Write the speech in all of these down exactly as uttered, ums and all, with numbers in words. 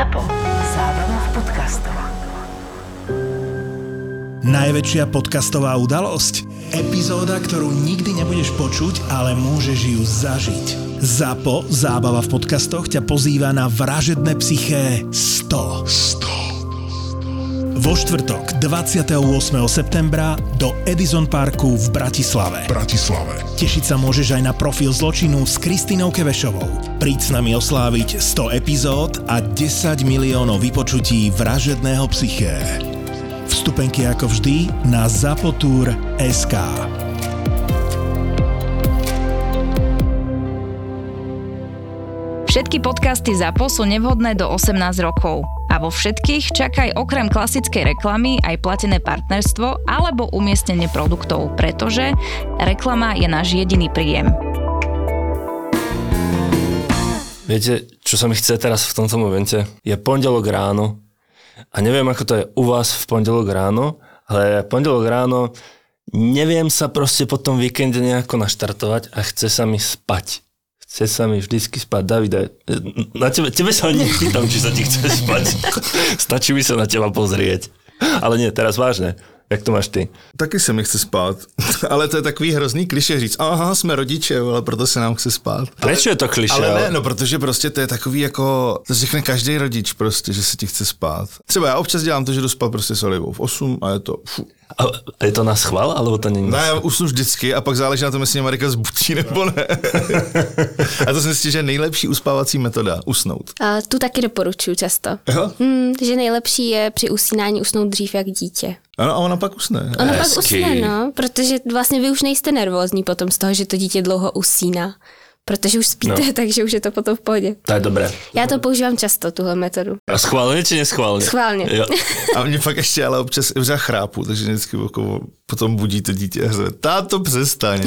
Zapo. Zábrná v podcastov. Najväčšia podcastová udalosť? Epizóda, ktorú nikdy nebudeš počuť, ale môžeš ju zažiť. Zapo, zábava v podcastoch, ťa pozýva na vražedné psyché sto. Vo štvrtok dvadsiateho ôsmeho septembra do Edison Parku v Bratislave. Bratislave. Tešiť sa môžeš aj na profil zločinu s Kristínou Kevešovou. Príď s nami osláviť sto epizód a desať miliónov vypočutí vražedného psyché. Vstupenky ako vždy na zapotur bodka es ká. Všetky podcasty ZAPO sú nevhodné do osemnásť rokov. A vo všetkých čakaj okrem klasickej reklamy aj platené partnerstvo alebo umiestnenie produktov, pretože reklama je náš jediný príjem. Viete, čo sa mi chce teraz v tomto momente? Je pondelok ráno a neviem, ako to je u vás v pondelok ráno, ale pondelok ráno neviem sa proste po tom víkende nejako naštartovať a chce sa mi spať. Chce sa mi vždycky spať. Davide, na tebe, tebe sa ani nepýtam, či sa ti chce spať. Stačí mi sa na teba pozrieť. Ale nie, teraz vážne. Jak to máš ty? Taky se mi chce spát. Ale to je takový hrozný klišé říct, aha, jsme rodiče, ale proto se nám chce spát. Prečo je to klišé? Ale ne, no protože prostě to je takový jako, to řekne každý rodič prostě, že se ti chce spát. Třeba já občas dělám to, že jdu spát prostě s Olivou v osm a je to fu. A je to na schvál, alebo to není? Ne, já usnu vždycky a pak záleží na tom, jestli mě Marika zbudí nebo ne. A to si myslím, že je nejlepší uspávací metoda, usnout. A tu taky doporučuji často. Hmm, že nejlepší je při usínání usnout dřív jak dítě. Ano, a ona pak usne. Ona Hezky. pak usne, no, protože vlastně vy už nejste nervózní potom z toho, že to dítě dlouho usíná. Protože už spíte, no. Takže už je to potom v pohodě. To je dobré. Já to používám často, tuhle metodu. A schválně či neschválně? Schválně. Jo. A mě fakt ještě ale občas já chrápu, takže vždycky okolo, potom budí to dítě a říká, táto přestaň.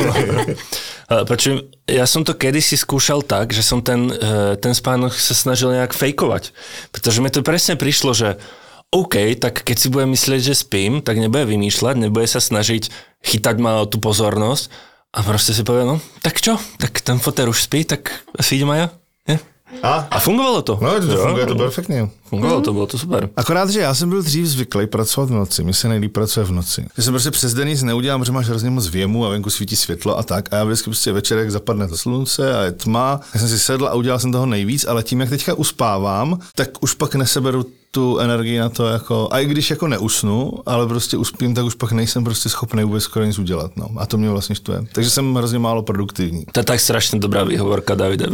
Počujem, ja som to kedysi skúšal tak, že som ten, ten spánok sa snažil nejak fejkovať. Pretože mi to presne prišlo, že OK, tak keď si bude myslieť, že spím, tak nebude vymýšľať, nebude sa snažiť chytať ma o tú pozornosť a proste si povie, no, tak čo? Tak ten fotér už spí, tak asi idem aj ja. Nie? A? A fungovalo to. No, to funguje to perfektně. Fungovalo to, bylo to super. Akorát, že já jsem byl dřív zvyklý pracovat v noci, mi se nejlíp pracuje v noci. Já jsem prostě přes den nic neudělám, protože máš hrozně moc věmu a venku svítí světlo a tak. A já vždycky prostě večer, jak zapadne to slunce a je tma, já jsem si sedl a udělal jsem toho nejvíc, ale tím, jak teďka uspávám, tak už pak neseberu tu energii na to jako, a i když jako neusnu, ale prostě uspím, tak už pak nejsem prostě schopný vůbec skoro nic udělat, no. A to mě vlastně štve. Takže jsem hrozně málo produktivní. To je tak strašně dobrá výhovorka, Davide.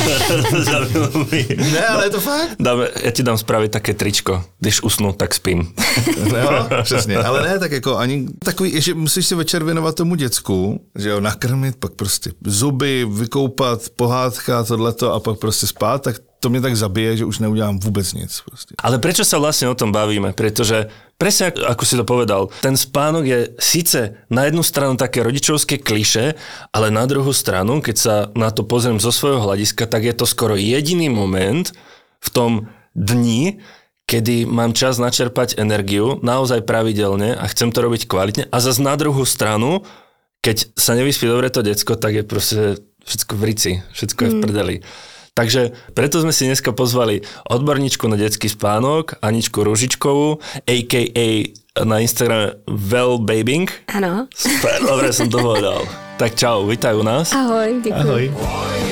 Ne, ale je to fakt. Dáme, já ti dám spravit také tričko. Když usnu, tak spím. No, přesně. Ale ne, tak jako ani takový, že musíš si večer věnovat tomu děcku, že jo, nakrmit, pak prostě zuby, vykoupat, pohádka, tohleto a pak prostě spát, tak to mě tak zabije, že už neudělám vůbec nic. Prostě. Ale prečo sa vlastne o tom bavíme? Pretože presne ako si to povedal, ten spánok je síce na jednu stranu také rodičovské klišé, ale na druhú stranu, keď sa na to pozriem zo svojho hľadiska, tak je to skoro jediný moment v tom dni, kedy mám čas načerpať energiu naozaj pravidelne a chcem to robiť kvalitne. A zase na druhú stranu, keď sa nevyspí dobre to decko, tak je proste všetko v rici, všetko je v prdeli. Takže preto sme si dneska pozvali odborníčku na detský spánok, Aničku Ružičkovú, á ká á na Instagrame Wellbabing. Áno. Super, dobre som to povedal. Tak čau, vítaj u nás. Ahoj, děkuji. Ahoj.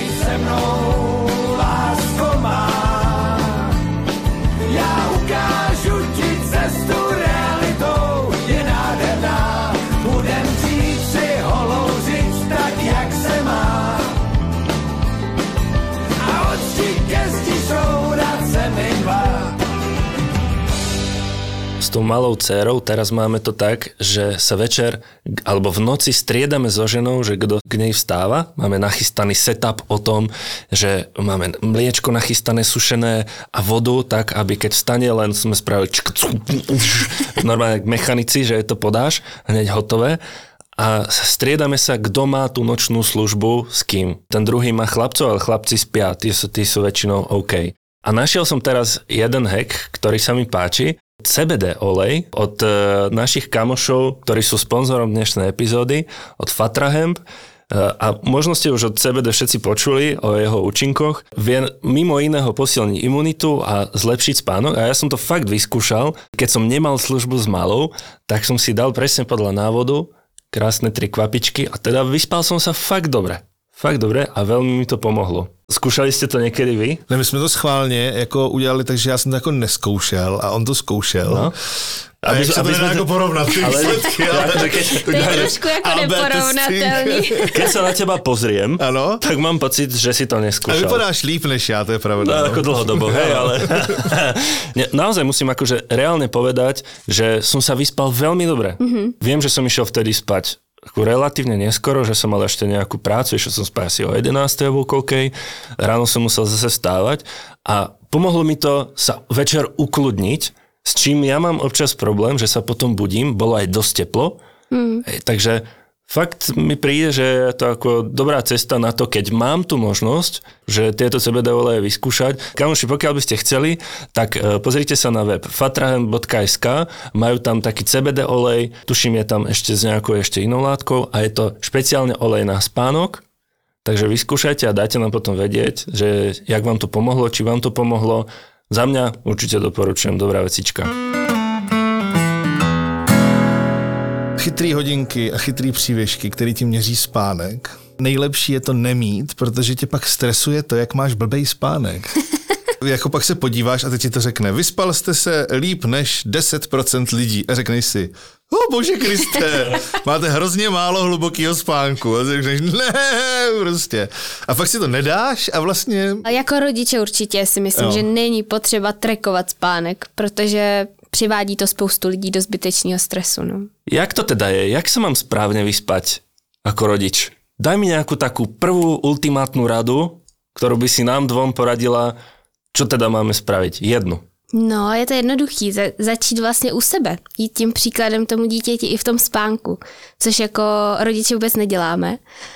S tou malou dcérou teraz máme to tak, že sa večer alebo v noci striedame so ženou, že kto k nej vstáva. Máme nachystaný setup o tom, že máme mliečko nachystané, sušené a vodu, tak aby keď vstane, len sme spravili normálne mechanici, že je to podáš, hneď hotové. A striedame sa, kto má tú nočnú službu s kým. Ten druhý má chlapcov, ale chlapci spia, tí sú, tí sú väčšinou OK. A našiel som teraz jeden hack, ktorý sa mi páči. cé bé dé olej od e, našich kamošov, ktorí sú sponzorom dnešnej epizódy, od Fatra Hemp. a možno ste už od C B D všetci počuli o jeho účinkoch, vie mimo iného posilniť imunitu a zlepšiť spánok a ja som to fakt vyskúšal. Keď som nemal službu s malou, tak som si dal presne podľa návodu krásne tri kvapičky a teda vyspal som sa fakt dobre. Fakt dobre a veľmi mi to pomohlo. Zkoušeli jste to někdy vy? Ne, my jsme to schválně jako udělali, takže já jsem to jako neskoušel a on to zkoušel. No. A jak se to nedá jako porovnat, ty ale, výsledky, ale... ale keď, to je trošku jako neporovnatelný. Keď sa na teba pozriem, ano? tak mám pocit, že si to neskúšal. A vypadáš líp než já, to je pravda. No, ako dlhodobo, hej, ale... Naozaj musím akože reálne povedať, že som sa vyspal veľmi dobre. Mm-hmm. Viem, že som išiel vtedy spať ako relatívne neskoro, že som mal ešte nejakú prácu, išiel som spať asi o jedenástej alebo koľkej, ráno som musel zase vstávať a pomohlo mi to sa večer ukludniť, s čím ja mám občas problém, že sa potom budím, bolo aj dosť teplo, mm. Hej, takže fakt mi príde, že je to ako dobrá cesta na to, keď mám tu možnosť, že tieto C B D oleje vyskúšať. Kamoši, pokiaľ by ste chceli, tak pozrite sa na web fatrahem bodka es ká, majú tam taký C B D olej, tuším je tam ešte s nejakou ešte inou látkou a je to špeciálne olej na spánok, takže vyskúšajte a dajte nám potom vedieť, že jak vám to pomohlo, či vám to pomohlo. Za mňa určite doporučujem, dobrá vecička. Chytrý hodinky a chytrý přívěšky, který ti měří spánek. Nejlepší je to nemít, protože tě pak stresuje to, jak máš blbej spánek. Jako pak se podíváš a teď ti to řekne, vyspal jste se líp než deset procent lidí a řekneš si, o oh, bože Kriste, máte hrozně málo hlubokýho spánku. A řekneš, ne, prostě. A fakt si to nedáš a vlastně... A jako rodiče určitě si myslím, jo. že není potřeba trackovat spánek, protože přivádí to spoustu lidí do zbytečného stresu. No. Jak to teda je? Jak sa mám správne vyspať ako rodič? Daj mi nejakú takú prvú ultimátnu radu, ktorú by si nám dvom poradila, čo teda máme spraviť? Jednu. No, je to jednoduchý. Za, začít vlastně u sebe. Jít tím příkladem tomu dítěti i v tom spánku, což jako rodiče vůbec neděláme.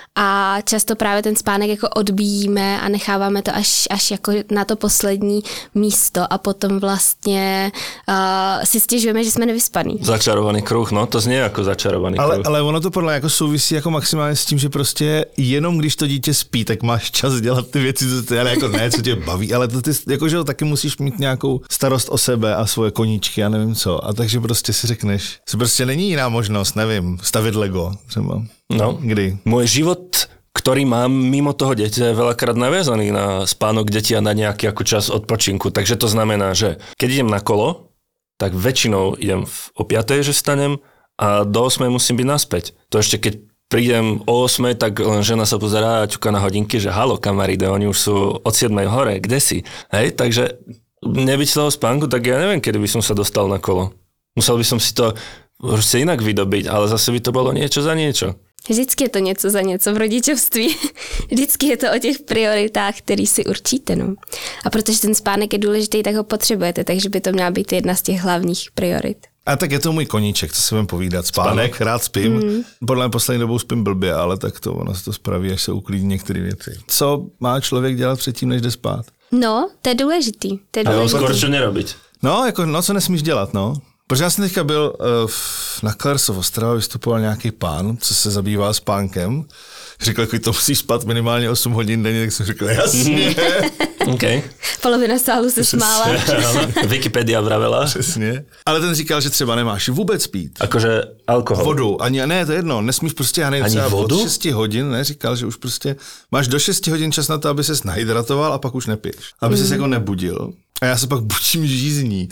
A často právě ten spánek jako odbíjíme a necháváme to až, až jako na to poslední místo a potom vlastně uh, si stěžujeme, že jsme nevyspaný. Začarovaný kruh, no to znie jako začarovaný ale, kruh. Ale ono to podle jako souvisí jako maximálně s tím, že prostě jenom když to dítě spí, tak máš čas dělat ty věci, co tě, jako ne, co tě baví, ale to ty, jako, že taky musíš mít nějakou starost o sebe a svoje koníčky a nevím co. A takže prostě si řekneš, že prostě není jiná možnost, nevím, stavit Lego třeba. No, kdy? Môj život, ktorý mám mimo toho dieťa, je veľakrát naviazaný na spánok deti a na nejaký ako čas odpočinku. Takže to znamená, že keď idem na kolo, tak väčšinou idem o piatej, že stanem a do osmej musím byť naspäť. To ešte keď prídem o osmej, tak len žena sa pozerá a ťuka na hodinky, že halo kamaride, oni už sú od siedmej hore, kde si? Hej, takže nebyť toho spánku, tak ja neviem, kedy by som sa dostal na kolo. Musel by som si to proste inak vydobiť, ale zase by to bolo niečo za niečo. Vždycky je to něco za něco v rodičovství. Vždycky je to o těch prioritách, který si určíte. No. A protože ten spánek je důležitý, tak ho potřebujete, takže by to měla být jedna z těch hlavních priorit. A tak je to můj koníček, co se budem povídat. Spánek, rád spím. Mm. Podle mě poslední dobou spím blbě, ale tak to ono se to spraví, až se uklidní některé věci. Co má člověk dělat předtím, než jde spát? No, to je důležitý. To je důležitý. Ale skôr čo nerobiť? No, jako, no, co nesmíš dělat, no. Protože já jsem teďka byl uh, na Klarsov Ostrava, vystupoval nějaký pán, co se zabývá spánkem. Řekl, jako to musíš spát minimálně osm hodin denně, tak jsem řekl, jasně. Okay. Polovina sálu se smála. Wikipedia vravela. Přesně. Ale ten říkal, že třeba nemáš vůbec pít. Akože alkohol. Vodu. Ani, ne, to je jedno. Nesmíš prostě, já nevím, třeba od šesti hodin, ne, říkal, že už prostě máš do šesti hodin čas na to, aby ses nahydratoval a pak už nepiješ. Aby mm. ses jako nebudil. A já se pak budím žízní.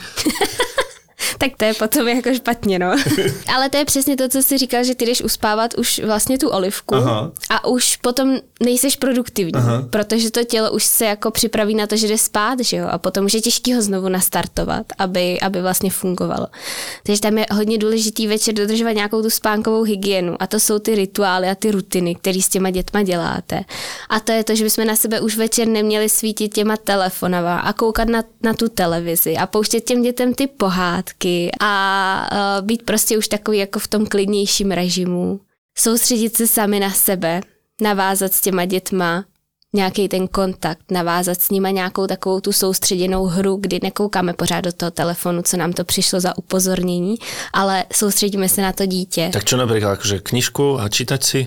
Tak to je potom jako špatně, no. Ale to je přesně to, co jsi říkal, že ty jdeš uspávat už vlastně tu olivku. Aha. A už potom nejseš produktivní, aha, protože to tělo už se jako připraví na to, že jde spát, že jo, a potom už je těžký ho znovu nastartovat, aby, aby vlastně fungovalo. Takže tam je hodně důležitý večer dodržovat nějakou tu spánkovou hygienu a to jsou ty rituály a ty rutiny, které s těma dětma děláte. A to je to, že bychom na sebe už večer neměli svítit těma telefonama a koukat na, na tu televizi a pouštět těm dětem ty pohádky a uh, být prostě už takový jako v tom klidnějším režimu. Soustředit se sami na sebe, navázat s těma dětma nějaký ten kontakt, navázat s nima nějakou takovou tu soustředěnou hru, kdy nekoukáme pořád do toho telefonu, co nám to přišlo za upozornění, ale soustředíme se na to dítě. Tak čo napríklad, akože knižku a čítať si?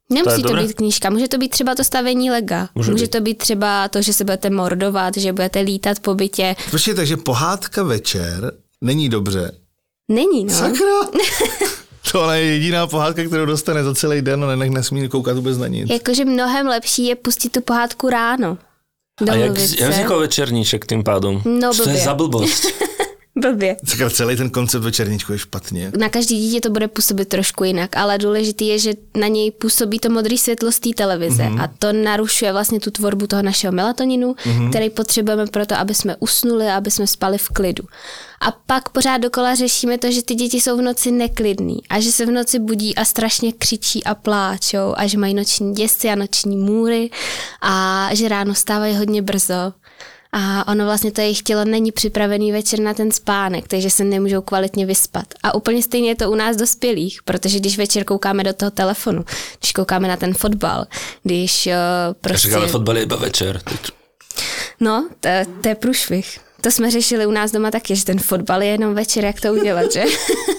Nemusí to, to být knížka, může to být třeba to stavění lega. Může, může to být třeba to, že se budete mordovat, že budete lítat po bytě. Počkej, takže pohádka večer není dobře. Není, no. Sakra! To je jediná pohádka, kterou dostane za celý den a nenech nesmí koukat vůbec na nic. Jakože mnohem lepší je pustit tu pohádku ráno. A jak, jak vznikl večerníček tím pádem? No, co to je za blbost? Blbě. Sakra, celý ten koncept večerníčku je špatně. Na každý dítě to bude působit trošku jinak, ale důležitý je, že na něj působí to modré světlo z té televize mm-hmm. a to narušuje vlastně tu tvorbu toho našeho melatoninu, mm-hmm. který potřebujeme pro to, aby jsme usnuli a aby jsme spali v klidu. A pak pořád dokola řešíme to, že ty děti jsou v noci neklidný a že se v noci budí a strašně křičí a pláčou a že mají noční děsy a noční můry a že ráno stávají hodně brzo. A ono vlastně to jejich tělo není připravený večer na ten spánek, takže se nemůžou kvalitně vyspat. A úplně stejně je to u nás dospělých, protože když večer koukáme do toho telefonu, když koukáme na ten fotbal, když uh, prostě... Ale fotbal je iba večer. Teď. No, to, to je průšvih. To jsme řešili u nás doma taky, že ten fotbal je jenom večer, jak to udělat, že?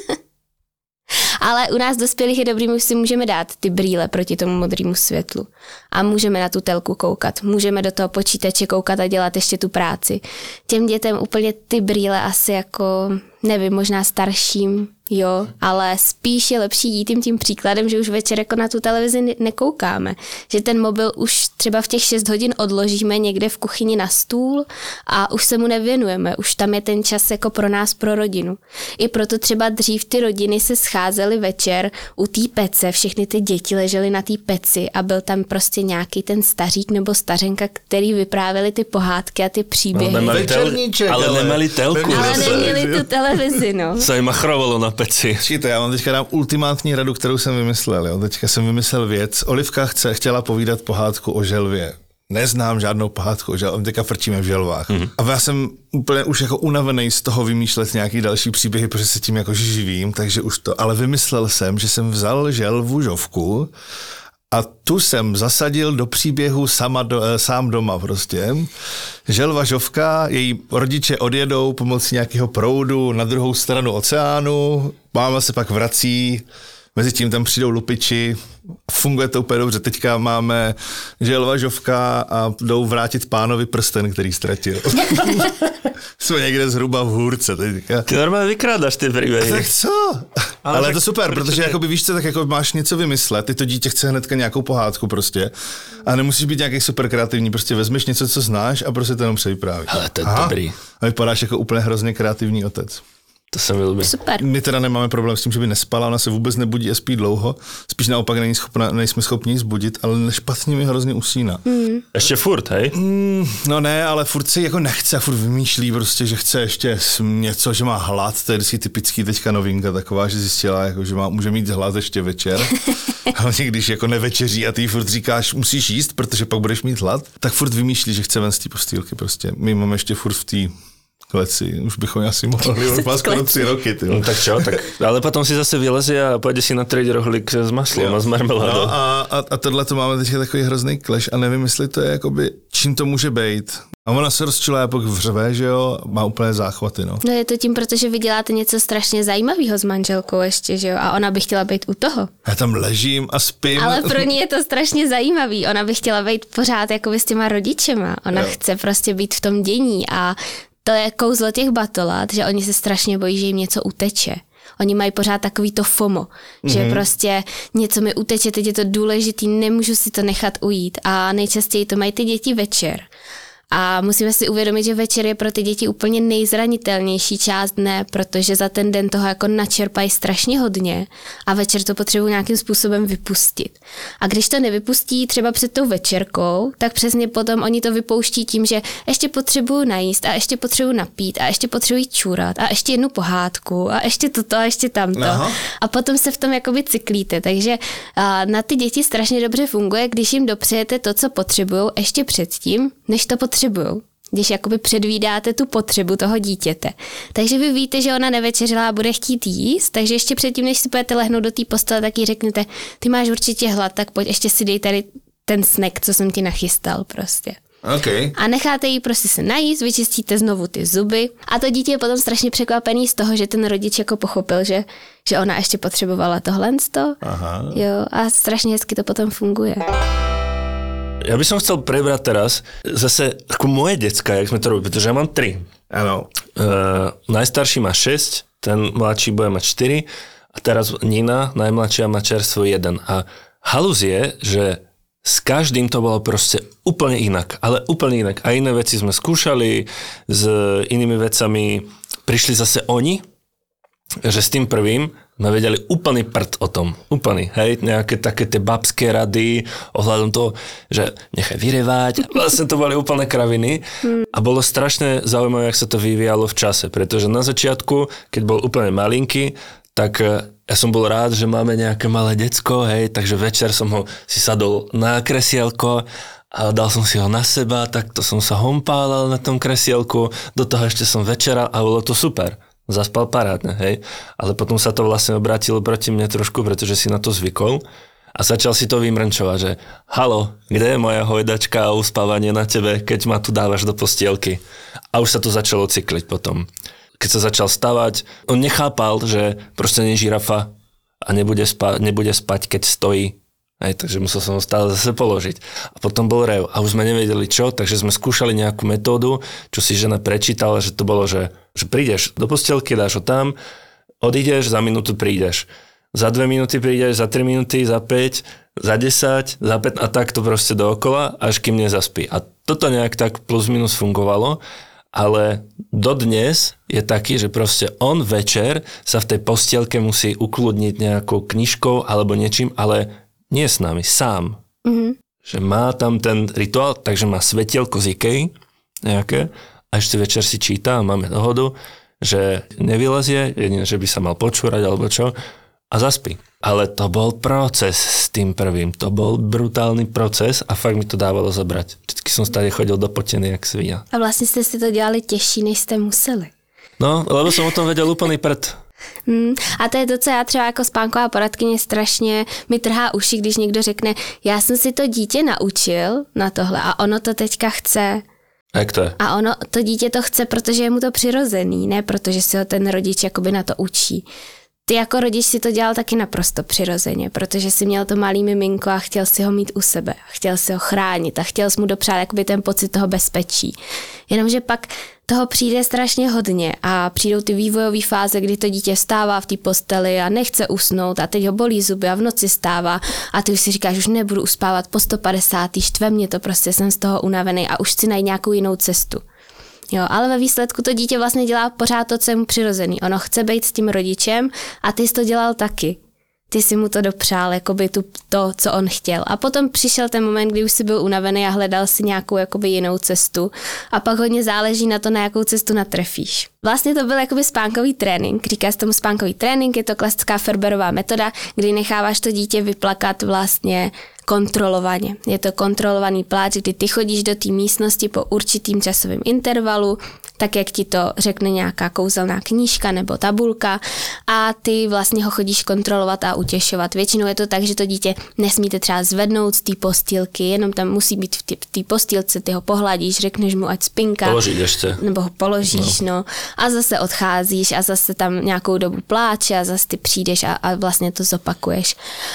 Ale u nás dospělých je dobrý, my si můžeme dát ty brýle proti tomu modrému světlu. A můžeme na tu telku koukat. Můžeme do toho počítače koukat a dělat ještě tu práci. Těm dětem úplně ty brýle asi jako, nevím, možná starším, jo, ale spíš je lepší jít jim tím příkladem, že už večer jako na tu televizi nekoukáme. Že ten mobil už třeba v těch šest hodin odložíme někde v kuchyni na stůl a už se mu nevěnujeme. Už tam je ten čas jako pro nás, pro rodinu. I proto třeba dřív ty rodiny se scházely večer u té pece, všechny ty děti ležely na té peci a byl tam prostě nějaký ten stařík nebo stařenka, který vyprávěli ty pohádky a ty příběhy. No, nemali tel- ale, ale nemali telku. Ale neměli tu televizi, no. Se jim machrovalo na peci. Číte, já vám teďka dám ultimátní radu, kterou jsem vymyslel. Jo. Teďka jsem vymyslel věc. Olivka chce, chtěla povídat pohádku o želvě. Neznám žádnou pohádku o želvě, teďka frčíme v želvách. Mm-hmm. A já jsem úplně už jako unavený z toho vymýšlet nějaký další příběhy, protože se tím jako živím, takže už to, ale vymyslel jsem, že jsem vzal želvu žovku a tu jsem zasadil do příběhu sama do, sám doma prostě. Želva žovka, její rodiče odjedou pomocí nějakého proudu na druhou stranu oceánu, máma se pak vrací, mezi tím tam přijdou lupiči, funguje to úplně dobře. Teďka máme želva žovka a jdou vrátit pánovi prsten, který ztratil. Jsme někde zhruba v hůrce teďka. Ty normálně vykrádáš ty příběhy. Tak co? Ale, Ale je to super, protože jakoby, víš co, tak jako máš něco vymyslet, ty to dítě chce hnedka nějakou pohádku prostě a nemusíš být nějaký super kreativní, prostě vezmeš něco, co znáš a prostě to jenom převyprávíš. Ale to je dobrý. A vypadáš jako úplně hrozně kreativní otec. To se mi líbí. Super. My teda nemáme problém s tím, že by nespala, ona se vůbec nebudí a spí dlouho, spíš naopak není schopna, nejsme schopni ji zbudit, ale špatně mi hrozně usíná. Mm. Ještě furt, hej? Mm, no ne, ale furt si jako nechce, furt vymýšlí prostě, že chce ještě něco, že má hlad, to je vždycky typický teďka novinka taková, že zjistila, jako, že má, může mít hlad ještě večer. Hlavně když jako nevečeří a ty furt říkáš, musíš jíst, protože pak budeš mít hlad, tak furt vymýšlí, že chce ven z té postýlky prostě. My máme ještě furt v té kleci, už bychom asi mohli, už má skoro tři roky. Ty. No tak čo, tak, ale potom si zase vylezie a pojede si na trade rohlík s maslom a s marmeládou. No a, a, a tohle to máme teďka takový hrozný clash a nevím, jestli to je jakoby, čím to může být. A ona se rozčila a pak vřve, že jo, má úplně záchvaty, no. No je to tím, protože vy děláte něco strašně zajímavého s manželkou ještě, že jo, a ona by chtěla být u toho. Já tam ležím a spím. Ale pro ní je to strašně zajímavý, ona by chtěla být pořád jako s těma rodičema, ona jo. chce prostě být v tom dění a to je kouzlo těch batolát, že oni se strašně bojí, že jim něco uteče. Oni mají pořád takový to FOMO, mm-hmm. že prostě něco mi uteče, teď je to důležitý, nemůžu si to nechat ujít a nejčastěji to mají ty děti večer. A musíme si uvědomit, že večer je pro ty děti úplně nejzranitelnější část dne, protože za ten den toho jako načerpají strašně hodně a večer to potřebují nějakým způsobem vypustit. A když to nevypustí třeba před tou večerkou, tak přesně potom oni to vypouští tím, že ještě potřebuju najíst a ještě potřebuju napít a ještě potřebuji čůrat a ještě jednu pohádku a ještě toto a ještě tamto. Aha. A potom se v tom jakoby cyklíte. Takže na ty děti strašně dobře funguje, když jim dopřejete to, co potřebujou ještě předtím, než to potřebujou. Když jakoby předvídáte tu potřebu toho dítěte. Takže vy víte, že ona nevečeřila a bude chtít jíst, takže ještě předtím, než si budete lehnout do té postele, tak jí řeknete, ty máš určitě hlad, tak pojď ještě si dej tady ten snack, co jsem ti nachystal prostě. Okay. A necháte jí prostě se najíst, vyčistíte znovu ty zuby a to dítě je potom strašně překvapený z toho, že ten rodič jako pochopil, že, že ona ještě potřebovala tohle. Aha. Jo, a strašně hezky to potom funguje. Ja by som chcel prebrať teraz zase ako moje decka, jak sme to robili, pretože ja mám tri. Áno. Uh, najstarší má šesť, ten mladší bude mať štyri a teraz Nina, najmladšia, má čerstvo jeden. A halus je, že s každým to bolo proste úplne inak, ale úplne inak. A iné veci sme skúšali, s inými vecami prišli zase oni, že s tým prvým sme vedeli úplný prd o tom. Úplný, hej, nejaké také tie babské rady ohľadom toho, že nechaj vyrevať. Vlastne to boli úplné kraviny a bolo strašne zaujímavé, jak sa to vyvíjalo v čase, pretože na začiatku, keď bol úplne malinký, tak ja som bol rád, že máme nejaké malé decko, hej, takže večer som ho si sadol na kresielko a dal som si ho na seba, tak to som sa hompálal na tom kresielku, do toho ešte som večeral a bolo to super. Zaspal parádne, hej. Ale potom sa to vlastne obrátilo proti mne trošku, pretože si na to zvykol a začal si to vymrnčovať, že halo, kde je moja hojdačka a uspávanie na tebe, keď ma tu dávaš do postielky. A už sa to začalo cykliť potom. Keď sa začal stavať, on nechápal, že proste nie žirafa a nebude, spa- nebude spať, keď stojí. Hej, takže musel som ho stále zase položiť. A potom bol rev a už sme nevedeli čo, takže sme skúšali nejakú metódu, čo si žena prečítala, že to bolo, že, že prídeš do postielky, dáš ho tam, odídeš, za minútu prídeš. Za dve minúty prídeš, za tri minúty, za päť, za desať, za päť a tak to proste dookola, až kým nezaspí. A toto nejak tak plus minus fungovalo, ale dodnes je taký, že proste on večer sa v tej postielke musí ukludniť nejakou knižkou alebo niečím, ale nie s nami, sám. Mm-hmm. Že má tam ten rituál, takže má svetielko z Ikei nejaké a ešte večer si číta a máme dohodu, že nevylezie, jedine, že by sa mal počúrať alebo čo a zaspí. Ale to bol proces s tým prvým, to bol brutálny proces a fakt mi to dávalo zabrať. Vždycky som stále chodil do poteny jak svinia. A vlastně jste si to dělali těžší, než jste museli. No, lebo som o tom vedel úplný prd. Hmm, a to je to, co já třeba jako spánková poradkyně strašně mi trhá uši, když někdo řekne, já jsem si to dítě naučil na tohle a ono to teďka chce. Jak to je? A ono, to dítě to chce, protože je mu to přirozený, ne protože si ho ten rodič jakoby na to učí. Ty jako rodič si to dělal taky naprosto přirozeně, protože si měl to malý miminko a chtěl si ho mít u sebe, chtěl si ho chránit a chtěl si mu dopřát jakoby ten pocit toho bezpečí. Jenomže pak toho přijde strašně hodně a přijdou ty vývojové fáze, kdy to dítě vstává v té posteli a nechce usnout a teď ho bolí zuby a v noci stává a ty už si říkáš, už nebudu uspávat po sto padesátý, štve mě to, prostě jsem z toho unavený a už chci najít nějakou jinou cestu. Jo, ale ve výsledku to dítě vlastně dělá pořád to, co je mu přirozený. Ono chce být s tím rodičem a ty jsi to dělal taky. Ty si mu to dopřál, jakoby tu, to, co on chtěl. A potom přišel ten moment, kdy už si byl unavený a hledal si nějakou jakoby jinou cestu. A pak hodně záleží na to, na jakou cestu natrefíš. Vlastně to byl jakoby spánkový trénink. Říká se tomu spánkový trénink, je to klasická Ferberová metoda, kdy necháváš to dítě vyplakat vlastně kontrolovaně. Je to kontrolovaný pláč, kdy ty chodíš do té místnosti po určitým časovém intervalu, tak jak ti to řekne nějaká kouzelná knížka nebo tabulka a ty vlastně ho chodíš kontrolovat a utěšovat. Většinou je to tak, že to dítě nesmíte třeba zvednout z té postýlky, jenom tam musí být v té postýlce, ty ho pohladíš, řekneš mu, ať spinka. Položit ještě. Nebo ho položíš, no. no. A zase odcházíš a zase tam nějakou dobu pláče a zase ty přijdeš a, a vlastně to zopakuješ.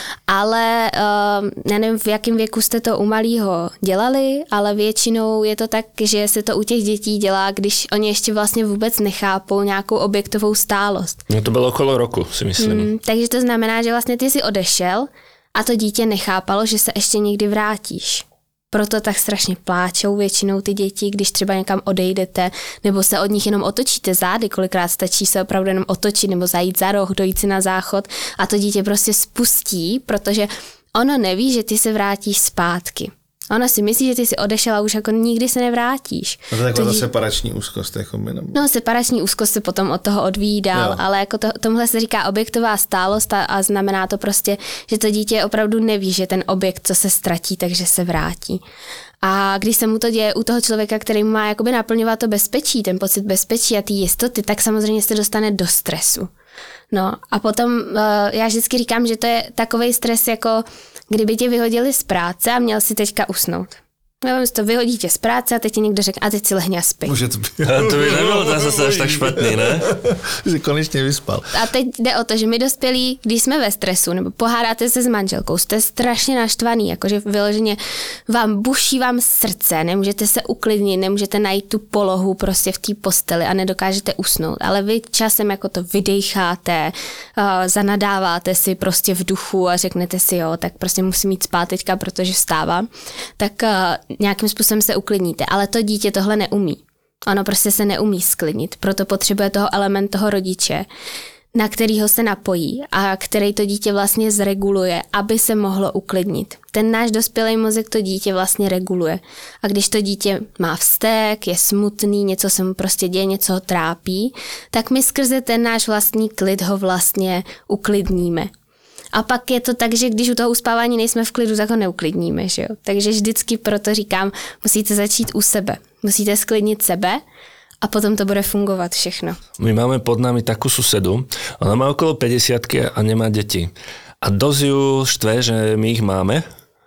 Ale uh, já nevím, v jakém věku jste to u malýho dělali, ale většinou je to tak, že se to u těch dětí dělá, když oni ještě vlastně vůbec nechápou nějakou objektovou stálost. No to bylo okolo roku, si myslím. Hmm, takže to znamená, že vlastně ty jsi odešel a to dítě nechápalo, že se ještě někdy vrátíš. Proto tak strašně pláčou většinou ty děti, když třeba někam odejdete, nebo se od nich jenom otočíte zády, kolikrát stačí se opravdu jenom otočit, nebo zajít za roh, dojít si na záchod a to dítě prostě spustí, protože ono neví, že ty se vrátíš zpátky. Ono si myslí, že ty si odešel a už jako nikdy se nevrátíš. A to je taková dí... separační úzkost. Jako by nebo... No, separační úzkost se potom od toho odvíjí dál, jo. Ale jako to, tomhle se říká objektová stálost a, a znamená to prostě, že to dítě opravdu neví, že ten objekt, co se ztratí, takže se vrátí. A když se mu to děje u toho člověka, který mu má jakoby naplňovat to bezpečí, ten pocit bezpečí a ty jistoty, tak samozřejmě se dostane do stresu. No a potom já vždycky říkám, že to je takovej stres, jako kdyby tě vyhodili z práce a měl si teďka usnout. Já vám to vyhodí tě z práce a teď ti někdo řekne, a teď si lehni a spí. Může to být. A to by nebylo zase až tak špatný, ne? Že konečně vyspal. A teď jde o to, že my dospělí, když jsme ve stresu nebo pohádáte se s manželkou, jste strašně naštvaný, jakože vyloženě vám buší vám srdce, nemůžete se uklidnit, nemůžete najít tu polohu prostě v té posteli a nedokážete usnout, ale vy časem jako to vydejcháte, uh, zanadáváte si prostě v duchu a řeknete si, jo, tak prostě musím jít spát teďka, protože vstávám, tak uh, nějakým způsobem se uklidníte, ale to dítě tohle neumí. Ono prostě se neumí sklidnit, proto potřebuje toho element toho rodiče, na kterýho se napojí a který to dítě vlastně zreguluje, aby se mohlo uklidnit. Ten náš dospělý mozek to dítě vlastně reguluje. A když to dítě má vztek, je smutný, něco se mu prostě děje, něco ho trápí, tak my skrze ten náš vlastní klid ho vlastně uklidníme. A pak je to tak, že když u toho uspávání nejsme v klidu, tak ho neuklidníme, že jo? Takže vždycky proto říkám, musíte začít u sebe. Musíte sklidnit sebe a potom to bude fungovat všechno. My máme pod nami takú susedu, ona má okolo päťdesiatky a nemá deti. A dosť ju štve, že my ich máme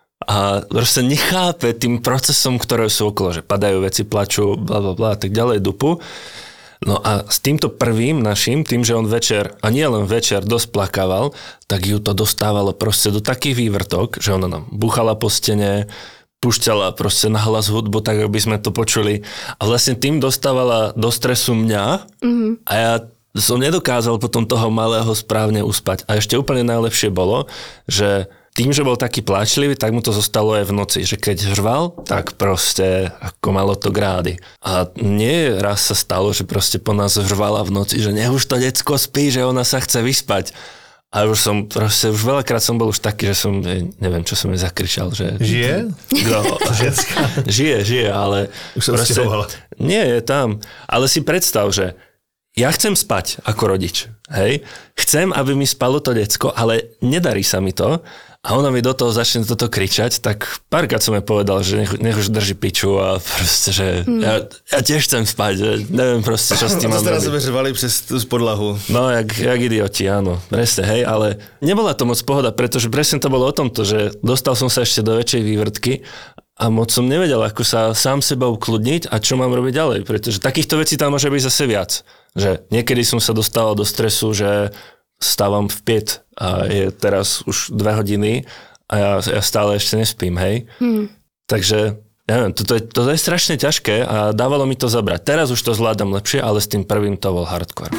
a proste nechápe tým procesom, ktoré sú okolo, že padajú veci, plačú, bla bla bla a tak ďalej dupu. No a s týmto prvým našim, tým, že on večer, a nie len večer, dosť plakával, tak ju to dostávalo proste do takých vývrtok, že ona nám buchala po stene, púšťala proste nahlas hudbu, tak aby sme to počuli. A vlastne tým dostávala do stresu mňa mm-hmm. a ja som nedokázal potom toho malého správne uspať. A ešte úplne najlepšie bolo, že tým, že bol taký pláčlivý, tak mu to zostalo aj v noci, že keď žrval, tak proste ako malo to grády. A nie raz sa stalo, že proste po nás žrvala v noci, že nech už to decko spí, že ona sa chce vyspať. A už som proste, už veľakrát som bol už taký, že som, neviem, čo som jej zakričal, že... Žije? Kdo? žije, žije, ale... Už sa stěhovala. Nie, je tam. Ale si predstav, že ja chcem spať ako rodič, hej? Chcem, aby mi spalo to decko, ale nedarí sa mi to. A ona mi do toho začne toto kričať, tak párkrát som jej povedal, že nech, nech už drží piču a proste, že mm. ja, ja tiež chcem spať, že neviem proste, čo s tým mám robiť. To ste na sebe řevali přes tú podlahu. No, jak, jak idioti, áno, presne, hej, ale nebola to moc pohoda, pretože presne to bolo o tomto, že dostal som sa ešte do väčšej vývrtky a moc som nevedel, ako sa sám seba ukludniť a čo mám robiť ďalej, pretože takýchto vecí tam môže byť zase viac. Že niekedy som sa dostával do stresu, že stávam v päť a je teraz už dve hodiny a ja, ja stále ešte nespím, hej. Hmm. Takže, neviem, toto je, toto je strašne ťažké a dávalo mi to zabrať. Teraz už to zvládam lepšie, ale s tým prvým to bol hardcore.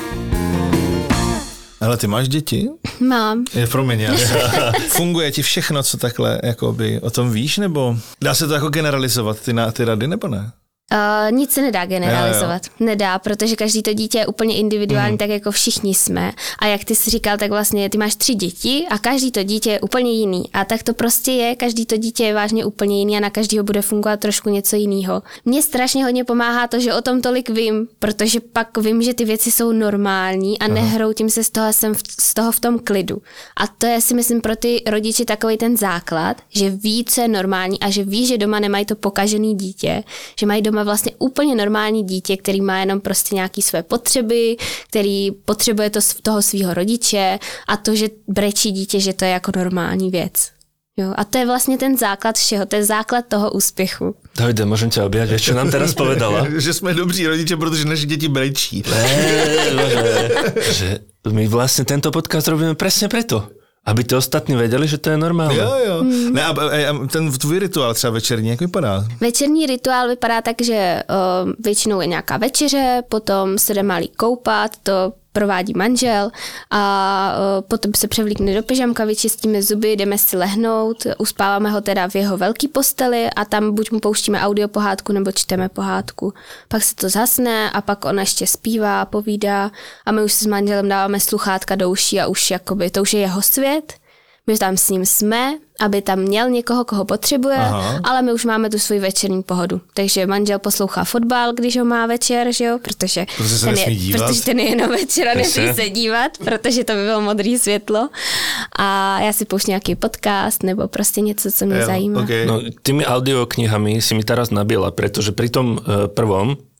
Ale ty máš děti? Mám. Je, promiň, já. Funguje ti všechno, co takhle, jakoby, o tom víš, nebo dá se to jako generalizovat, ty, na, ty rady, nebo ne? Uh, nic se nedá generalizovat. Jo, jo. Nedá, protože každý to dítě je úplně individuální, mm. tak jako všichni jsme. A jak ty jsi říkal, tak vlastně ty máš tři děti a každý to dítě je úplně jiný. A tak to prostě je, každý to dítě je vážně úplně jiný a na každého bude fungovat trošku něco jiného. Mně strašně hodně pomáhá to, že o tom tolik vím, protože pak vím, že ty věci jsou normální a nehroutím se z toho, jsem v, z toho v tom klidu. A to je, si myslím, pro ty rodiče takový ten základ, že ví, co je normální a že ví, že doma nemají to pokažený dítě, že mají doma vlastně úplně normální dítě, který má jenom prostě nějaké své potřeby, který potřebuje to toho svého rodiče a to, že brečí dítě, že to je jako normální věc. Jo, a to je vlastně ten základ všeho, to je základ toho úspěchu. Davide, môžem ťa objať, vieš, čo nám teraz povedala? Že sme dobří rodiče, protože naše deti brečí. Ne, že my vlastne tento podcast robíme presne preto. Aby ty ostatní věděli, že to je normální. Jo, jo. Hmm. Ne, a, a ten tvůj rituál třeba večerní, jak vypadá? Večerní rituál vypadá tak, že uh, většinou je nějaká večeře, potom se jde malý koupat, to provádí manžel a uh, potom se převlíkne do pyžamka, vyčistíme zuby, jdeme si lehnout, uspáváme ho teda v jeho velký posteli a tam buď mu pouštíme audio pohádku nebo čteme pohádku. Pak se to zhasne a pak on ještě zpívá, povídá a my už si s manželem dáváme sluchátka do uší a už jakoby, to už je jeho svět. My tam s ním jsme, aby tam měl někoho, koho potřebuje, aha, ale my už máme tu svoji večerní pohodu. Takže manžel poslouchá fotbal, když ho má večer, že jo, protože, protože, ten, je, protože ten je jenom večer a nesmí se dívat, protože to by bylo modrý světlo. A já si pouštím nějaký podcast nebo prostě něco, co mě jo, zajímá. Okay. No, tými audioknihami si mi teraz nabila, pretože pri tom uh, prvom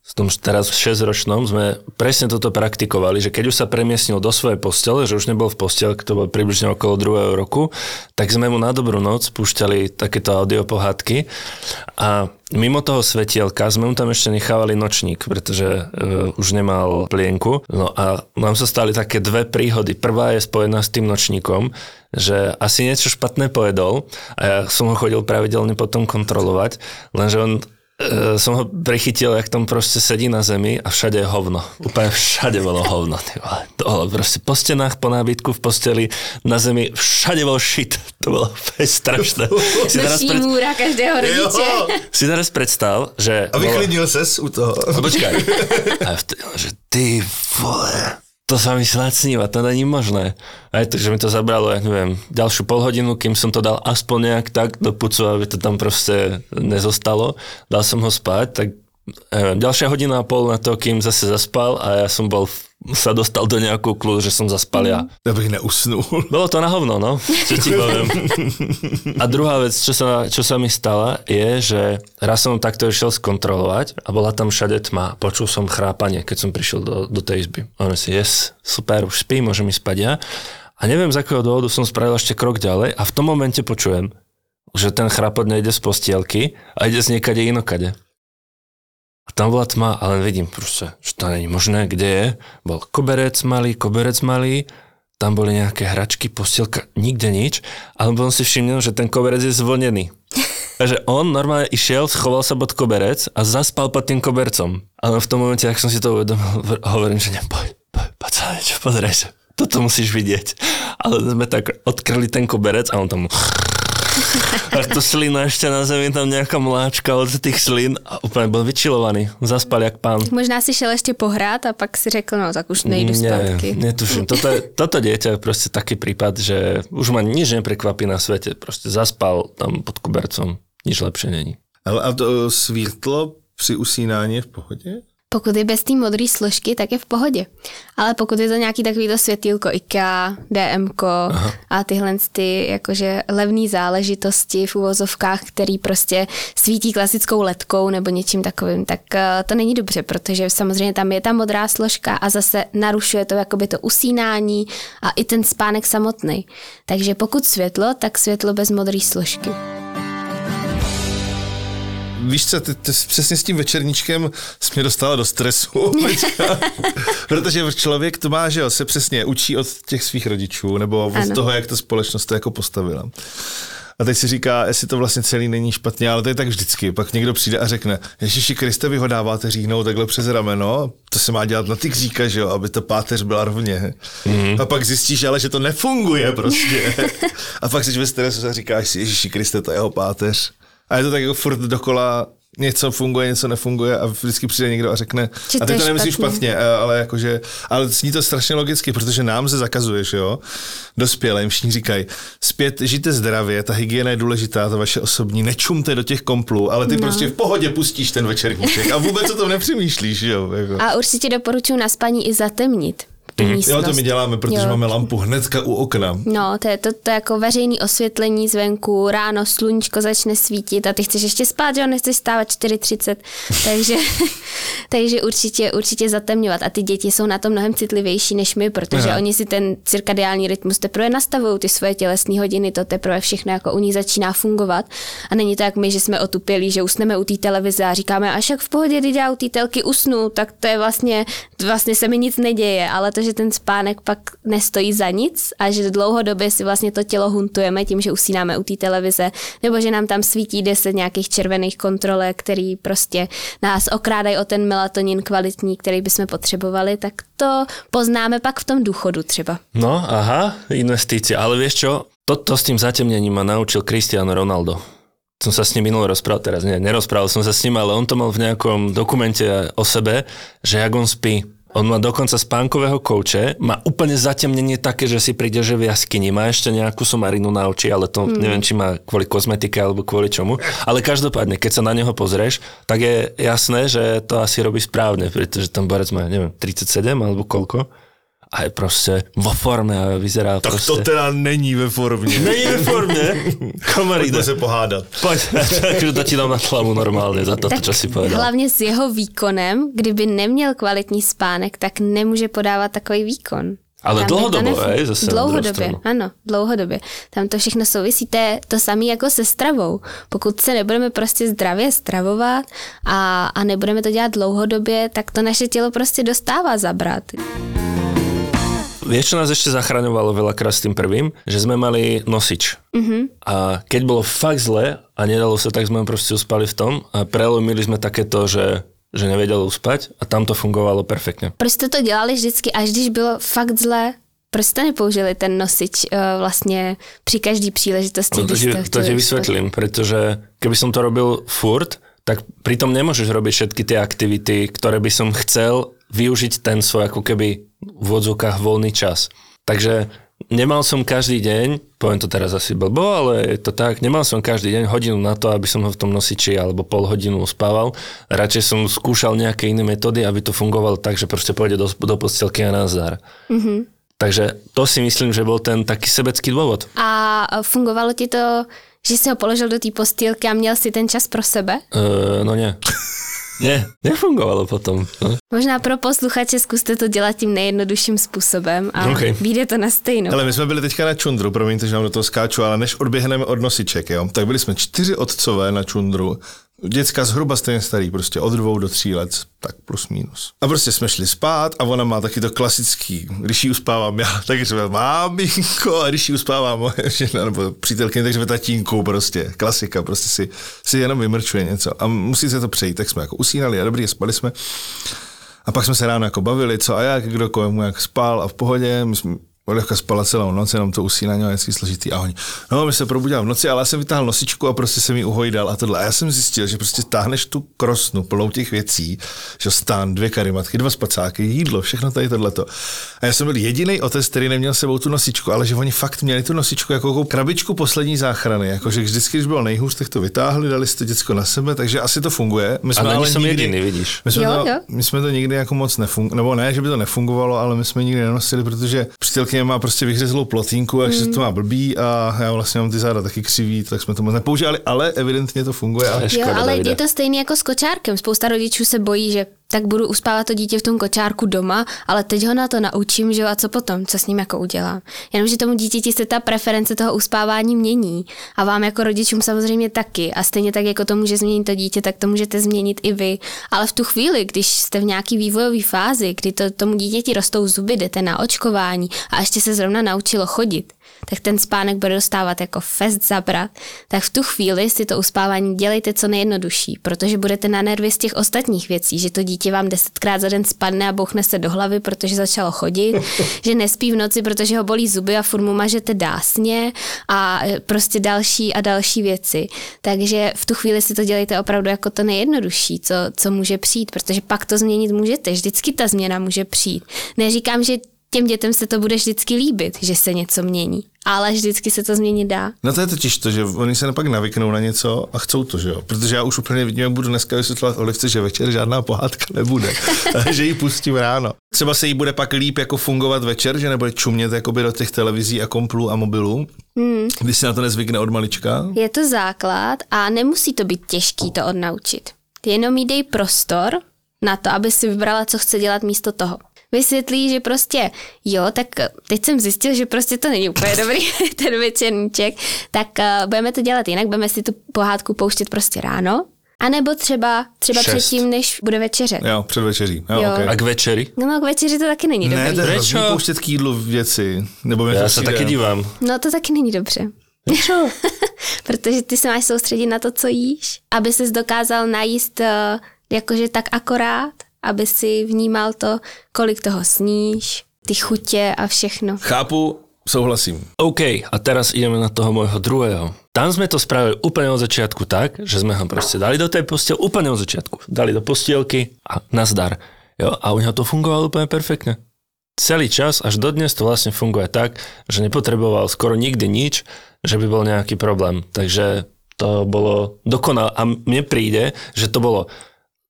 v tom teraz šesťročnom sme presne toto praktikovali, že keď už sa premiestnil do svojej postele, že už nebol v posteli, to bolo približne okolo druhého roku, tak sme mu na dobrú noc púšťali takéto audiopohádky a mimo toho svetielka sme mu tam ešte nechávali nočník, pretože uh, už nemal plienku. No a nám sa stali také dve príhody. Prvá je spojená s tým nočníkom, že asi niečo špatné pojedol a ja som ho chodil pravidelne potom kontrolovať, lenže on som ho prichytil, jak tam proste sedí na zemi a všade je hovno. Úplne všade bolo hovno. To proste po stenách, po nábytku, v posteli, na zemi, všade bol shit. To bolo strašné. Noční pred... múra každého rodiče. Si teraz predstav, že... A vyklidnil bolo... ses u toho. No, počkaj. A vtedy, že ty vole... To sa mi snad sníva, to není možné. Aj to, že mi to zabralo, ja neviem, ďalšiu polhodinu, kým som to dal aspoň nejak tak do pucu, aby to tam proste nezostalo. Dal som ho spať, tak neviem, ďalšia hodina a pol na to, kým zase zaspal a ja som bol, sa dostal do nejakú kľud, že som zaspal ja. Ja bych neusnul. Bolo to na hovno, no, čo ti poviem. A druhá vec, čo sa, čo sa mi stala, je, že raz som takto išiel skontrolovať a bola tam všade tma. Počul som chrápanie, keď som prišiel do, do tej izby. A on si, yes, super, už spím, môžem ísť spať ja. A neviem, z akého dôvodu som spravil ešte krok ďalej a v tom momente počujem, že ten chrápot nejde z postielky a ide z niekade inokade. A tam bola tma, ale vidím proste, že to není možné, kde je. Bol koberec malý, koberec malý, tam boli nejaké hračky, postielka, nikde nič, ale on si všimnul, že ten koberec je zvlnený. Takže on normálne išiel, schoval sa pod koberec a zaspal pod tým kobercom. Ale v tom momente, ak som si to uvedomil, hovorím, že nepoj, poď, poď sa niečo, pozrieť, toto musíš vidieť. Ale sme tak odkryli ten koberec a on tam... A to slina ešte na zemi, tam nejaká mláčka od tých slín a úplne bol vyčilovaný, zaspal jak pán. Možná si šel ešte pohrát a pak si řekl, no tak už nejdu zpátky. Nie, netuším. Toto, toto dieťa je proste taký prípad, že už ma nič neprekvapí na svete. Proste zaspal tam pod kobercom. Nič lepšie není. Ale a to světlo při usínání je v pohodě? Pokud je bez té modré složky, tak je v pohodě. Ale pokud je to nějaký takovýto světýlko IKEA, DMko Aha. a tyhle ty jakože levné záležitosti v uvozovkách, který prostě svítí klasickou ledkou nebo něčím takovým, tak to není dobře, protože samozřejmě tam je ta modrá složka a zase narušuje to jakoby to usínání a i ten spánek samotný. Takže pokud světlo, tak světlo bez modré složky. Víš co, ty, ty přesně s tím večerníčkem jsi mě dostala do stresu. Protože člověk to má, že jo, se přesně učí od těch svých rodičů, nebo od ano. toho, jak ta společnost to jako postavila. A teď si říká, jestli to vlastně celý není špatně, ale to je tak vždycky. Pak někdo přijde a řekne, Ježiši Kriste, vy ho dáváte říhnout takhle přes rameno, to se má dělat na ty kříka, že jo, aby ta páteř byla rovně. Mm. A pak zjistíš, ale že to nefunguje prostě. A pak jsi ve stresu a říkáš si, Ježiši Kriste, to je jeho páteř. A je to tak jako furt dokola, něco funguje, něco nefunguje a vždycky přijde někdo a řekne, a ty to nemyslíš špatně, ale jakože, ale zní to strašně logicky, protože nám se zakazuješ, jo, dospělým, všichni říkají, zpět, žijte zdravě, ta hygiena je důležitá, ta vaše osobní, nečumte do těch komplů, ale ty no. prostě v pohodě pustíš ten večerníček a vůbec o tom nepřemýšlíš, jo. Jako. A určitě doporučuji na spaní i zatemnit. Mm. Jo, to my děláme, protože jo. máme lampu hnedka u okna. No, to je to, to jako veřejné osvětlení zvenku, ráno sluníčko začne svítit a ty chceš ještě spát, že jo, nechceš stávat čtyři třicet, takže, takže určitě, určitě zatemňovat. A ty děti jsou na to mnohem citlivější než my, protože Aha. oni si ten cirkadiální rytmus teprve nastavují, ty svoje tělesné hodiny, to teprve všechno jako u nich začíná fungovat. A není to jak my, že jsme otupělí, že usneme u té televize a říkáme, až jak v pohodě, když já u té telky usnu, tak to je vlastně, vlastně se mi nic neděje, ale to, že ten spánek pak nestojí za nic a že dlouhodobě si vlastně to tělo huntujeme tím, že usínáme u té televize, nebo že nám tam svítí deset nějakých červených kontrolek, který prostě nás okrádají o ten melatonin kvalitní, který bychom potřebovali, tak to poznáme pak v tom důchodu třeba. No, aha, investície. Ale vieš čo? Toto s tým zatemnením ma naučil Cristiano Ronaldo. Som sa s ním minulý rozprával, teraz nie, nerozprával som sa s ním, ale on to mal v nejakom dokumente o sebe, že jak on spí. On má dokonca spánkového kouče, má úplne zatemnenie také, že si príde, že v jaskyni, má ešte nejakú somarinu na oči, ale to hmm. neviem, či má kvôli kozmetike alebo kvôli čomu. Ale každopádne, keď sa na neho pozrieš, tak je jasné, že to asi robí správne, pretože ten borec má, neviem, tridsaťsedem alebo koľko. a je prostě vo forme a vyzerá tak prostě... to teda není ve formě. Není ve formě? Komar Pojďme se pohádat. Pojď, takže to ti dám na hlavu normálně za to, Tak čo si povedal. hlavně s jeho výkonem, kdyby neměl kvalitní spánek, tak nemůže podávat takový výkon. Ale Tam dlouhodobě, nefun- hej, zase na druhou Dlouhodobě, stranu. ano, dlouhodobě. Tam to všechno souvisí, to je to samé jako se stravou. Pokud se nebudeme prostě zdravě stravovat a, a nebudeme to dělat dlouhodobě, tak to naše tělo prostě dostává zabrat. Vieš, čo nás ešte zachraňovalo veľakrát s tým prvým? Že sme mali nosič. Mm-hmm. A keď bolo fakt zle a nedalo sa, tak sme proste uspali v tom a prelomili sme takéto, že že nevěděl uspať a tam to fungovalo perfektně. Proč jste to dělali vždycky, až když bylo fakt zlé? Proč jste nepoužili ten nosič uh, vlastně při každý příležitosti, No to, když ti, jste to ti vysvetlím, pretože keby som to robil furt, tak pritom nemôžeš robiť všetky tie aktivity, ktoré by som chcel využiť ten svoj ako keby v odzvukách voľný čas. Takže nemal som každý deň, poviem to teraz asi blbo, ale je to tak, nemal som každý deň hodinu na to, aby som ho v tom nosiči alebo pol hodinu uspával. Radšej som skúšal nejaké iné metódy, aby to fungovalo tak, že proste pôjde do, do postielky a nazdar. Mm-hmm. Takže to si myslím, že bol ten taký sebecký dôvod. A fungovalo ti to, že jsi ho položil do té postýlky a měl si ten čas pro sebe? Uh, no nie. Ne, nefungovalo potom. No. Možná pro posluchače zkuste to dělat tím nejjednodušším způsobem a Okay. vyjde to na stejno. Ale my jsme byli teďka na čundru, promiňte, že vám do toho skáču, ale než odběhneme od nosiček, jo, tak byli jsme čtyři otcové na čundru. Děcka zhruba stejně starý, prostě od dvou do tří let, tak plus minus. A prostě jsme šli spát a ona má taky to klasický, když ji uspávám já, tak říká máminko, a když ji uspává moje žena nebo přítelkyně, takže tatínku prostě, klasika, prostě si, si jenom vymrčuje něco a musí se to přejít, tak jsme jako usínali a dobrý, spali jsme. A pak jsme se ráno jako bavili, co a jak, kdo komu jak spal a v pohodě, my jsme Olivka spala celou noc, jenom to usínání je vždycky složitý. A oni, no, my se probudila v noci, ale já jsem vytáhl nosičku a prostě jsem ji uhojdal a tohle. A já jsem zjistil, že prostě táhneš tu krosnu plnou těch věcí, že stán, dvě karimatky, dva spacáky, jídlo, všechno tady tohleto. A já jsem byl jediný otec, který neměl sebou tu nosičku, ale že oni fakt měli tu nosičku jako krabičku poslední záchrany. Jakože vždycky, když bylo nejhůř, tak to vytáhli, dali si to děcko na sebe, takže asi to funguje. My jsme A ale jsem nikdy, jediný, vidíš. My jsme, Jo, to, jo. my jsme to nikdy jako moc nefungovalo, nebo ne, že by to nefungovalo, ale my jsme nikdy nenosili, protože přítelkyně má prostě vyhřezlou plotínku, takže mm. to má blbý a já vlastně mám ty záda taky křivý, tak jsme to moc nepoužívali, ale evidentně to funguje. A... Jo, Škoda, ale Davide. je to stejný jako s kočárkem. Spousta rodičů se bojí, že tak budu uspávat to dítě v tom kočárku doma, ale teď ho na to naučím, že jo, a co potom, co s ním jako udělám. Jenomže tomu dítěti se ta preference toho uspávání mění a vám jako rodičům samozřejmě taky a stejně tak jako to může změnit to dítě, tak to můžete změnit i vy. Ale v tu chvíli, když jste v nějaký vývojové fázi, kdy to, tomu dítěti rostou zuby, jdete na očkování a ještě se zrovna naučilo chodit, tak ten spánek bude dostávat jako fest zabrat, tak v tu chvíli si to uspávání dělejte co nejjednodušší, protože budete na nervy z těch ostatních věcí, že to dítě vám desetkrát za den spadne a bouchne se do hlavy, protože začalo chodit, že nespí v noci, protože ho bolí zuby a furt mu mažete dásně a prostě další a další věci. Takže v tu chvíli si to dělejte opravdu jako to nejjednodušší, co, co může přijít, protože pak to změnit můžete, vždycky ta změna může přijít. Neříkám, že těm dětem se to bude vždycky líbit, že se něco mění, ale vždycky se to změnit dá. No to je totiž to, že oni se napak navyknou na něco a chcou to, že jo. Protože já už úplně vidím, jak budu dneska vysvětlovat Olivce, že večer žádná pohádka nebude, že ji pustím ráno. Třeba se jí bude pak líp jako fungovat večer, že nebude čumět jakoby do těch televizí a komplů a mobilů, hmm. když si na to nezvykne od malička. Je to základ a nemusí to být těžký to odnaučit. Jenom jí dej prostor na to, aby si vybrala, co chce dělat místo toho. Vysvětlí, že prostě jo, tak teď jsem zjistil, že prostě to není úplně dobrý ten večerníček, tak uh, budeme to dělat jinak, budeme si tu pohádku pouštět prostě ráno, anebo třeba, třeba Šest. předtím, než bude večeře. Jo, před večeří. Jo, Jo. okay. A k večeri? No k večeři to taky není Ne, dobrý. to je Prečo? hrozný pouštět k jídlu věci. Nebo mě Já to se přijde. taky dívám. No to taky není dobře. Čo? Protože ty se máš soustředit na to, co jíš, aby ses dokázal najíst uh, jakože tak akorát, aby si vnímal to, kolik toho sníš, ty chutě a všechno. Chápu, souhlasím. OK, a teraz ideme na toho môjho druhého. Tam sme to spravili úplne od začiatku tak, že sme ho proste dali do tej postiel úplne od začiatku. Dali do postielky a nazdar. Jo, a u neho to fungovalo úplne perfektne. Celý čas, až dodnes to vlastne funguje tak, že nepotreboval skoro nikdy nič, že by bol nejaký problém. Takže to bolo dokonalé. A mne príde, že to bolo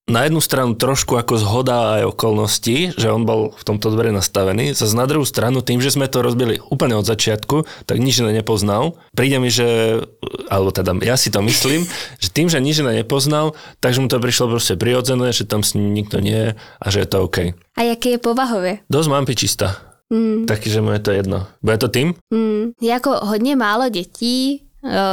na jednu stranu trošku ako zhoda aj okolností, že on bol v tomto dobre nastavený. Zas na druhú stranu, tým, že sme to rozbili úplne od začiatku, tak nič iné nepoznal. Príde mi, že, alebo teda ja si to myslím, že tým, že nič iné nepoznal, takže mu to prišlo proste prirodzené, že tam s ním nikto nie je a že je to OK. A jaký je povahově? Dosť mampičista. Mm. Taky, že mu je to jedno. Bude to tým? Mm. Je jako hodně málo dětí,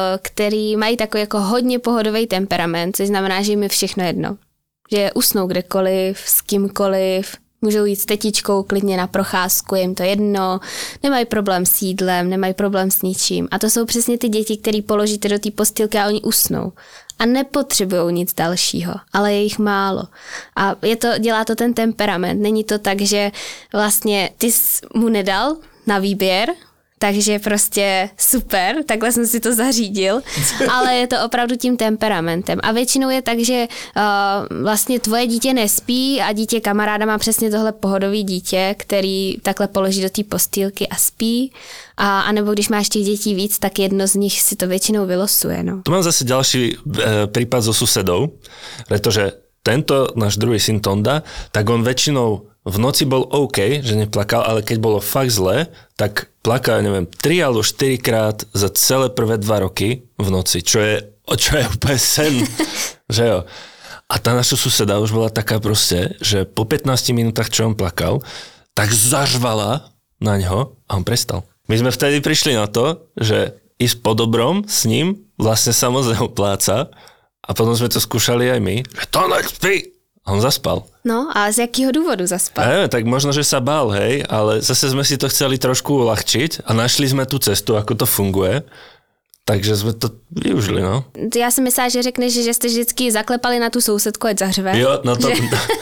který mají takový jako hodně pohodový temperament, což znamená, že jim je všechno jedno. Že usnou kdekoliv, s kýmkoliv, můžou jít s tetičkou klidně na procházku, je jim to jedno, nemají problém s jídlem, nemají problém s ničím. A to jsou přesně ty děti, které položíte do té postýlky a oni usnou. A nepotřebují nic dalšího, ale je jich málo. A je to, dělá to ten temperament. Není to tak, že vlastně ty jsi mu nedal na výběr, takže prostě super, takhle jsem si to zařídil, ale je to opravdu tím temperamentem. A většinou je tak, že uh, vlastně tvoje dítě nespí a dítě kamaráda má přesně tohle pohodový dítě, který takhle položí do té postýlky a spí. A, a nebo když máš těch dětí víc, tak jedno z nich si to většinou vylosuje. No. Tu mám zase ďalší e, prípad so susedou, pretože tento náš druhý syn Tonda, tak on väčšinou v noci bol OK, že neplakal, ale keď bolo fakt zle, tak plakal, neviem, tri alebo štyri krát za celé prvé dva roky v noci, čo je, čo je úplne sen, že jo. A tá naša suseda už bola taká proste, že po pätnástich minútach, čo on plakal, tak zažvala na ňo a on prestal. My sme vtedy prišli na to, že ísť po dobrom s ním vlastne samozrejme pláca a potom sme to skúšali aj my, že to nespí. A on zaspal. No a z jakého důvodu zaspal? Neviem, tak možno, že sa bál, hej, ale zase sme si to chceli trošku uľahčiť a našli sme tú cestu, ako to funguje. Takže jsme to využili, no. Já si myslela, že řekneš, že jste vždycky zaklepali na tu sousedku, ať zahřve. Jo, no to...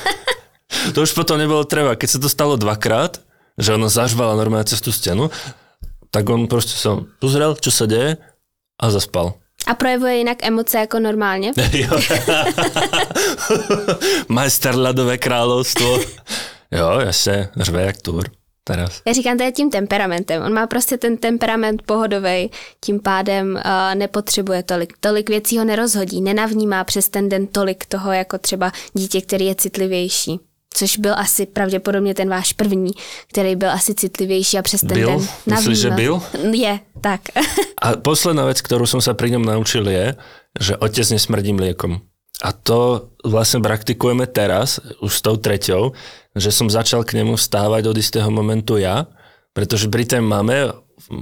To už potom nebylo treba. Keď sa to stalo dvakrát, že ona zažvala normálne cez tú stenu, tak on prostě sa uzrel, čo sa deje a zaspal. A projevuje jinak emoce jako normálně? Jo. Majster ľadové královstvo. Jo, jasne, řve jak tur. Teraz. Já říkám, to je tím temperamentem. On má prostě ten temperament pohodovej, tím pádem uh, nepotřebuje tolik. Tolik věcí ho nerozhodí, nenavnímá přes ten den tolik toho, jako třeba dítě, který je citlivější. Což byl asi pravděpodobně ten váš první, který byl asi citlivější a přes ten byl? den navnímal. Myslíš, že byl? Je, tak. A posledná vec, ktorú som sa pri ňom naučil je, že otec nesmrdí mliekom. A to vlastne praktikujeme teraz, už s tou treťou, že som začal k nemu vstávať od istého momentu ja, pretože pri tej mame,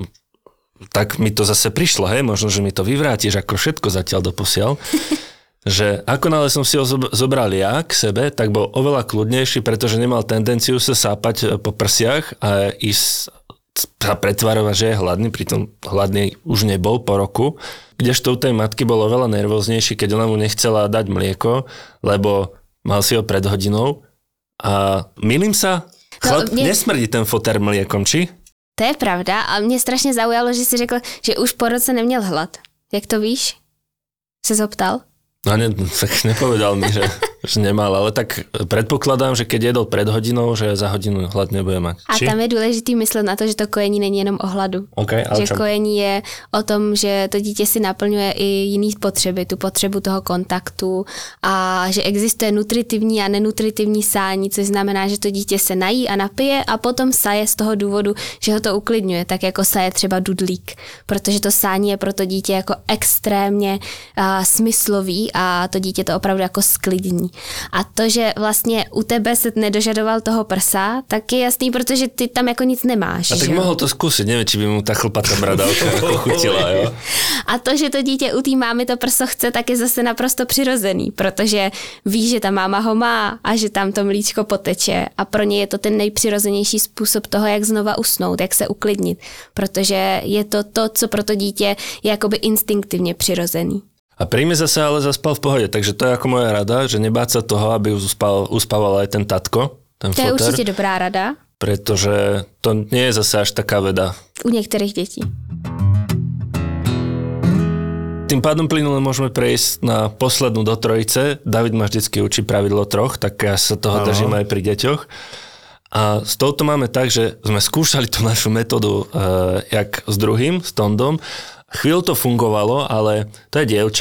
tak mi to zase prišlo, hej, možno, že mi to vyvrátiš ako všetko zatiaľ doposiaľ, že akonále som si ho zobral ja k sebe, tak bol oveľa kľudnejší, pretože nemal tendenciu sa sápať po prsiach a ísť sa pretvarovať, že je hladný, pritom hladný už nebol po roku. Kdežto u tej matky bol oveľa nervóznejší, keď ona mu nechcela dať mlieko, lebo mal si ho pred hodinou. A milím sa, chlap, no, mě... nesmrdí ten foter mliekom, či? To je pravda a mě strašně zaujalo, že jsi řekl, že už po roce neměl hlad. Jak to víš? Se zoptal? No ne, tak nepovedal mi, že, že nemal, ale tak predpokladám, že keď jedol pred hodinou, že za hodinu hlad nebude mať. A Či? tam je důležitý myslet na to, že to kojení není jenom o hladu. Okay, ale že čo? Kojení je o tom, že to dítě si naplňuje i jiný potřeby, tu potřebu toho kontaktu a že existuje nutritivní a nenutritivní sání, což znamená, že to dítě se nají a napije a potom saje z toho důvodu, že ho to uklidňuje, tak jako saje třeba dudlík, protože to sání je pro to dítě jako extrémně uh, smyslový a to dítě to opravdu jako sklidní. A to, že vlastně u tebe se nedožadoval toho prsa, tak je jasný, protože ty tam jako nic nemáš. A tak že? mohl to zkusit, nevím, či by mu ta chlpatá bradavka jako chutila, jo? A to, že to dítě u té mámy to prso chce, tak je zase naprosto přirozený, protože ví, že ta máma ho má a že tam to mlíčko poteče a pro ně je to ten nejpřirozenější způsob toho, jak znova usnout, jak se uklidnit, protože je to to, co pro to dítě je jakoby instinktivně přirozený. A príjme zase ale zaspal v pohode, takže to je ako moja rada, že nebáť sa toho, aby uspal, uspával aj ten tatko, ten to foter. Je určitě dobrá rada. Pretože to nie je zase až taká veda. U některých dětí. Tým pádom plynule môžeme prejsť na poslednú do trojice. David ma vždycky učí pravidlo troch, tak ja sa toho Aho. držím aj pri deťoch. A s touto máme tak, že sme skúšali tú našu metódu uh, jak s druhým, s Tondom. Chvíľu to fungovalo, ale to je dievča.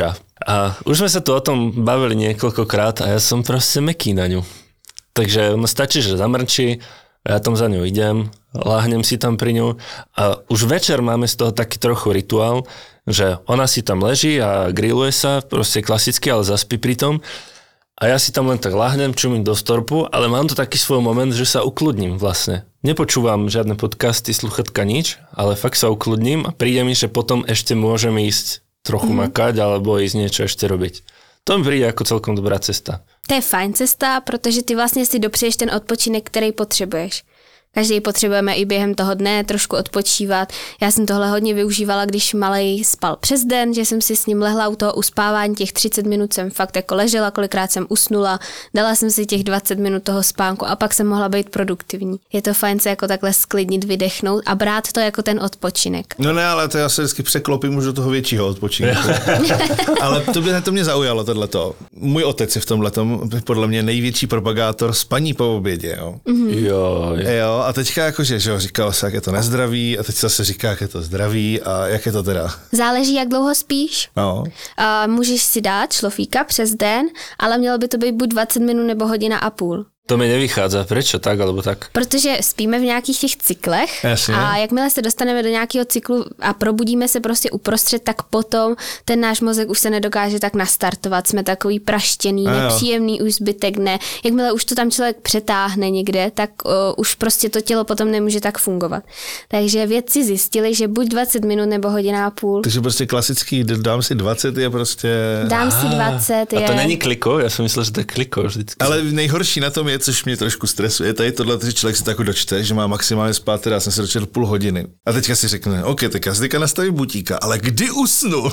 A už sme sa tu o tom bavili niekoľkokrát a ja som proste mäkký na ňu. Takže ono stačí, že zamrčí, ja tam za ňou idem, láhnem si tam pri ňu a už večer máme z toho taký trochu rituál, že ona si tam leží a grilluje sa, proste klasicky, ale zaspí pri tom. A ja si tam len tak láhnem, čumím do storpu, ale mám to taký svoj moment, že sa ukludním vlastne. Nepočúvam žiadne podcasty, sluchatka, nič, ale fakt sa ukludním a príde mi, že potom ešte môžem ísť trochu mm. makať alebo ísť niečo ešte robiť. To mi príde ako celkom dobrá cesta. To je fajn cesta, protože ty vlastně si dopřeješ ten odpočinek, který potřebuješ. Každý potřebujeme i během toho dne trošku odpočívat. Já jsem tohle hodně využívala, když malej spal přes den, že jsem si s ním lehla u toho uspávání, těch třicet minut jsem fakt jako ležela, kolikrát jsem usnula, dala jsem si těch dvacet minut toho spánku a pak jsem mohla být produktivní. Je to fajn se jako takhle sklidnit, vydechnout a brát to jako ten odpočinek. No ne, ale to já se vždycky překlopím už do toho většího odpočinku. Ale to, by, to mě zaujalo tohleto. Můj otec je v tomhletom podle mě největší propagátor spaní po obědě. Jo. Mm-hmm. Jo, jo. A teďka jakože, že jo, říkalo se, jak je to nezdravý a teď se říká, jak je to zdravý a jak je to teda. Záleží, jak dlouho spíš. No. A můžeš si dát šlofíka přes den, ale mělo by to být buď dvacet minut nebo hodina a půl. To mi nevychádza. Prečo tak, alebo tak? Protože spíme v nějakých těch cyklech. Jasně. A jakmile se dostaneme do nějakého cyklu a probudíme se prostě uprostřed, tak potom ten náš mozek už se nedokáže tak nastartovat. Jsme takový praštěný, nepříjemný, už zbytek dne. Jakmile už to tam člověk přetáhne někde, tak uh, už prostě to tělo potom nemůže tak fungovat. Takže vědci zjistili, že buď dvacet minut nebo hodina a půl. Takže prostě klasický dám si dvacet je prostě... Dám si dvacet je... A to není kliko? Já jsem myslel, že to je kliko vždycky. Ale nejhorší na tom je, což mě trošku stresuje, tady tohle, že člověk si tak dočte, že má maximálně spát, teda jsem se dočetl půl hodiny. A teďka si řekne, OK, tak já si teďka nastavím budíka, ale kdy usnu?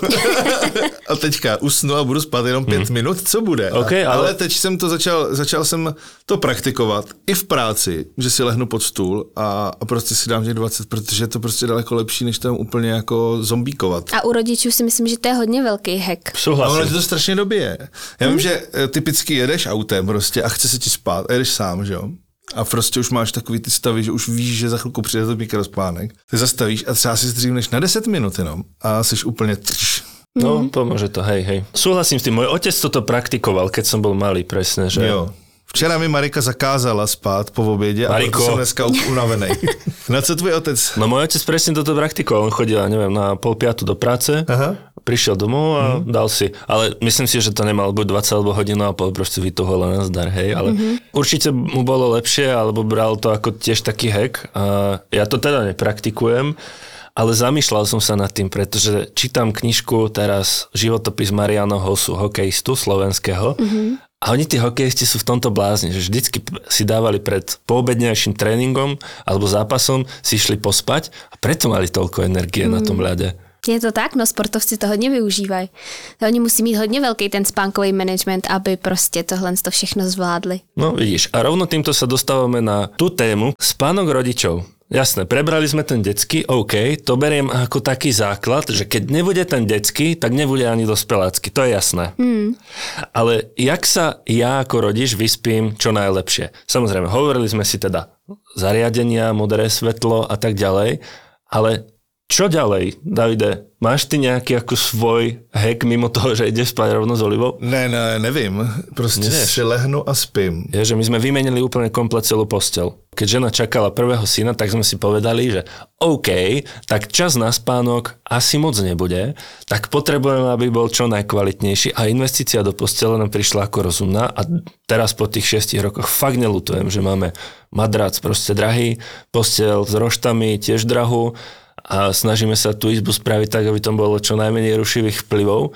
A teďka usnu a budu spát jenom pět hmm. minut, co bude? Okay, ale... ale teď jsem to začal, začal jsem to praktikovat i v práci, že si lehnu pod stůl a, a prostě si dám těch dvacet, protože je to prostě daleko lepší, než tam úplně jako zombíkovat. A u rodičů si myslím, že to je hodně velký hack. Souhlasím. A ono to strašně dobije. Já hmm. vím, že typicky jedeš autem prostě a chce se ti spát a jedeš sám, že jo? A prostě už máš takový ty stavy, že už víš, že za chvilku přijde to mikrospánek. Ty zastavíš a třeba si zdřímneš na deset minut jenom a jsi úplně tš. No, pomôže to, hej, hej. Súhlasím s tým, môj otec toto praktikoval, keď som bol malý, presne, že... Jo. Včera mi Marika zakázala spát po obědě a proto jsem dneska unavený. Na co tvůj otec? No môj otec presne toto praktikoval, on chodil, neviem, na pol piatu do práce, aha. Prišiel domov a mm. dal si, ale myslím si, že to nemal buď dvadsať alebo hodinu a pol, proste vytuhol na zdar, hej, ale mm-hmm. určite mu bolo lepšie, alebo bral to ako tiež taký hack a ja to teda nepraktikujem, ale zamýšľal som sa nad tým, pretože čítam knižku teraz Životopis Mariana Hossu, hokejistu slovenského. Mm-hmm. A oni tí hokejisti sú v tomto blázni, že vždycky si dávali pred poobednejším tréningom alebo zápasom, si išli pospať a preto mali toľko energie mm. na tom ľade. Je to tak, no sportovci to hodně využívají. Oni musí mít hodně velký ten spánkový management, aby prostě tohle to všechno zvládli. No vidíš, a rovno týmto sa dostávame na tú tému spánok rodičov. Jasné, prebrali sme ten detský, OK, to beriem ako taký základ, že keď nebude ten detský, tak nebude ani dospelácky, to je jasné. Hmm. Ale jak sa ja ako rodič vyspím čo najlepšie? Samozrejme, hovorili sme si teda zariadenia, modré svetlo a tak ďalej, ale čo ďalej, Davide? Máš ty nejaký ako svoj hack mimo toho, že ideš spať rovno s Olivou? Ne, ne, nevím. Prostě Nevieš. si lehnu a spím. Je, že my sme vymenili úplne komplet celú postel. Keď žena čakala prvého syna, tak sme si povedali, že OK, tak čas na spánok asi moc nebude, tak potrebujeme, aby bol čo najkvalitnejší a investícia do postele nám prišla ako rozumná a teraz po tých šiestich rokoch fakt neľutujem, že máme madrac proste drahý, postel s roštami tiež drahú, a snažíme sa tú izbu spraviť tak, aby tam bolo čo najmenej rušivých vplyvov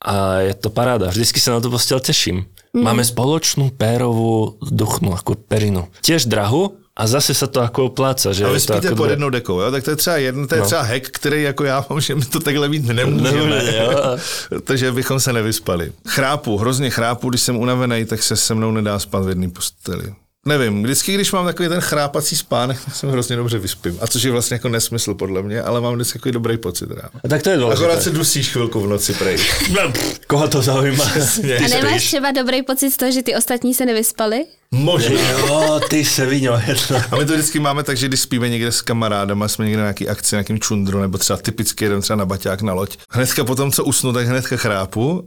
a je to paráda. Vždycky sa na to posteľ teším. Mm. Máme spoločnú pérovú duchnú, ako perinu. Tiež drahú a zase sa to ako opláca. Že a vy spíte pod dvě... jednou dekou, jo? Tak to je třeba jedno, to je no. třeba hack, který jako já mám, že my to takhle mít nemůžeme. Takže bychom se nevyspali. Chrápu, hrozně chrápu, když jsem unavený, tak se se mnou nedá spát v jedné posteli. Nevím, vždycky, když mám takový ten chrápací spánek, tak se hrozně dobře vyspím. A což je vlastně jako nesmysl podle mě, ale mám vždycky takový dobrý pocit ráno. A tak to je důležité. Akorát se dusíš chvilku v noci, prej. Koho to zaujíma? A nemáš třeba dobrý pocit z toho, že ty ostatní se nevyspali? Možná. Jo, ty se viňo. A my to vždycky máme tak, že když spíme někde s kamarádama, jsme někde na nějaký akci, na nějakým čundru, nebo třeba typicky jeden třeba na baťák na loď. Hnedka potom, co usnu, tak hnedka chrápu.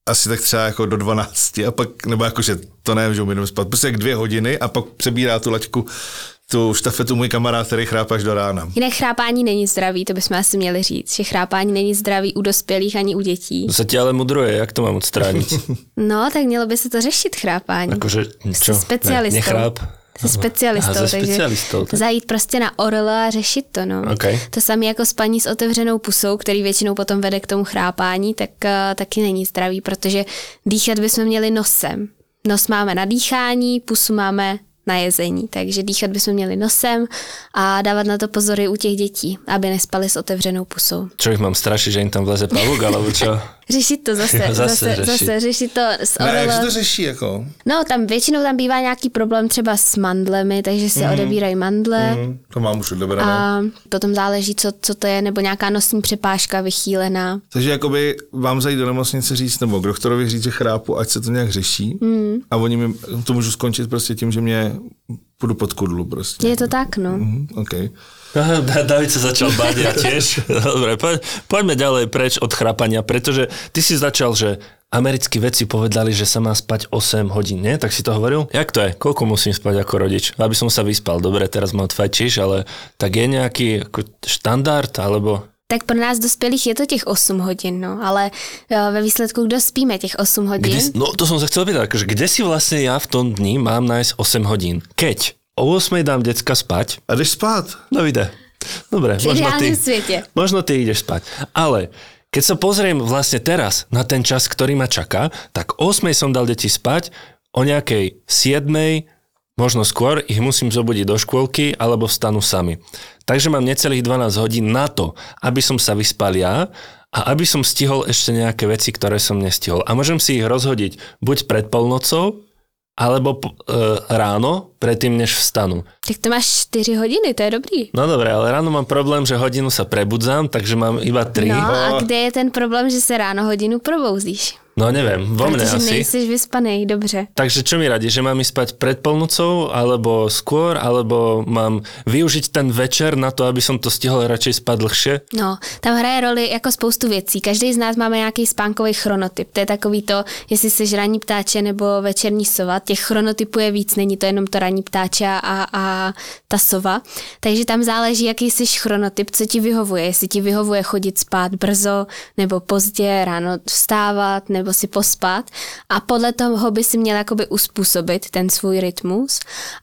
asi tak třeba jako do dvanácti a pak, nebo jakože to nevím, že umím spát, prostě jak dvě hodiny a pak přebírá tu laťku, tu štafetu můj kamarád, který chrápá až do rána. Jinak chrápání není zdravý, to bychom asi měli říct, že chrápání není zdravý u dospělých ani u dětí. To sa ti ale mudruje, jak to mám odstrániť? No, tak mělo by se to řešit chrápání. Akože, čo? Jsi specialistou. Ne, nechráp? Jsi specialistou, Aha, takže specialistou, tak. zajít prostě na orl a řešit to, no. Okay. To samé jako spaní s otevřenou pusou, který většinou potom vede k tomu chrápání, tak uh, taky není zdravý, protože dýchat bychom měli nosem. Nos máme na dýchání, pusu máme na jezení, takže dýchat bychom měli nosem a dávat na to pozory u těch dětí, aby nespali s otevřenou pusou. Čo ich mám strašiť, že im tam vleze pavúk, alebo čo? Řešit to zase, Jo, zase, zase zase, řešit. zase řešit to s Ne, jak se orlem. to řeší jako? No, tam většinou tam bývá nějaký problém třeba s mandlemi, takže se mm. odebírají mandle. Mm, to mám už odebrané. A potom záleží, co, co to je, nebo nějaká nosní přepážka vychýlená. Takže jakoby vám zajít do nemocnice říct, nebo k doktorovi říct, že chrápu, ať se to nějak řeší. Mm. A oni mi to můžu skončit prostě tím, že mě půjdu pod kudlu prostě. Je to tak, no. Mm, okay. David sa začal báť, ja tiež. Dobre, poď, poďme ďalej preč od chrápania, pretože ty si začal, že americkí vedci povedali, že sa má spať osem hodín, nie? Tak si to hovoril? Jak to je? Koľko musím spať ako rodič? Aby som sa vyspal. Dobre, teraz ma odfajčíš, ale tak je nejaký ako štandard, alebo... Tak pro nás dospělých je to těch osm hodin, no, ale jo, ve výsledku, kdo spíme těch osm hodin? Kde, no to som sa chcel pýtať, akože kde si vlastne ja v tom dni mám nájsť osem hodín? Keď o ôsmej dám decka spať. A jdeš spát. Davide, dobre, V možno ty, ideálnym svete. možno ty ideš spať. Ale keď sa pozriem vlastne teraz na ten čas, ktorý ma čaká, tak o ôsmej som dal deti spať, o nejakej siedmej, možno skôr, ich musím zobudiť do škôlky alebo vstanú sami. Takže mám necelých dvanásť hodín na to, aby som sa vyspal ja a aby som stihol ešte nejaké veci, ktoré som nestihol. A môžem si ich rozhodiť buď pred polnocou, alebo e, ráno, predtým, než vstanú. Tak to máš čtyři hodiny, to je dobrý. No dobre, ale ráno mám problém, že hodinu sa prebudzám, takže mám iba tri. No a kde je ten problém, že se ráno hodinu probouzíš? No neviem, vo mne Protože asi. nejsi vyspanej, dobře. Takže čo mi radí, že mám ísť spať pred polnocou, alebo skôr, alebo mám využiť ten večer na to, aby som to stihol radšej spať dlhšie? No, tam hraje roli jako spoustu věcí. Každý z nás máme nějaký spánkový chronotyp. To je takový to, jestli jsi ranní ptáče nebo večerní sova. Těch chronotypů je víc, není to jenom to ranní ptáče a, a ta sova. Takže tam záleží, jaký jsi chronotyp, co ti vyhovuje. Jestli ti vyhovuje chodit spát brzo nebo pozdě, ráno vstávat nebo si pospat. A podle toho by si měl jakoby uspůsobit ten svůj rytmus.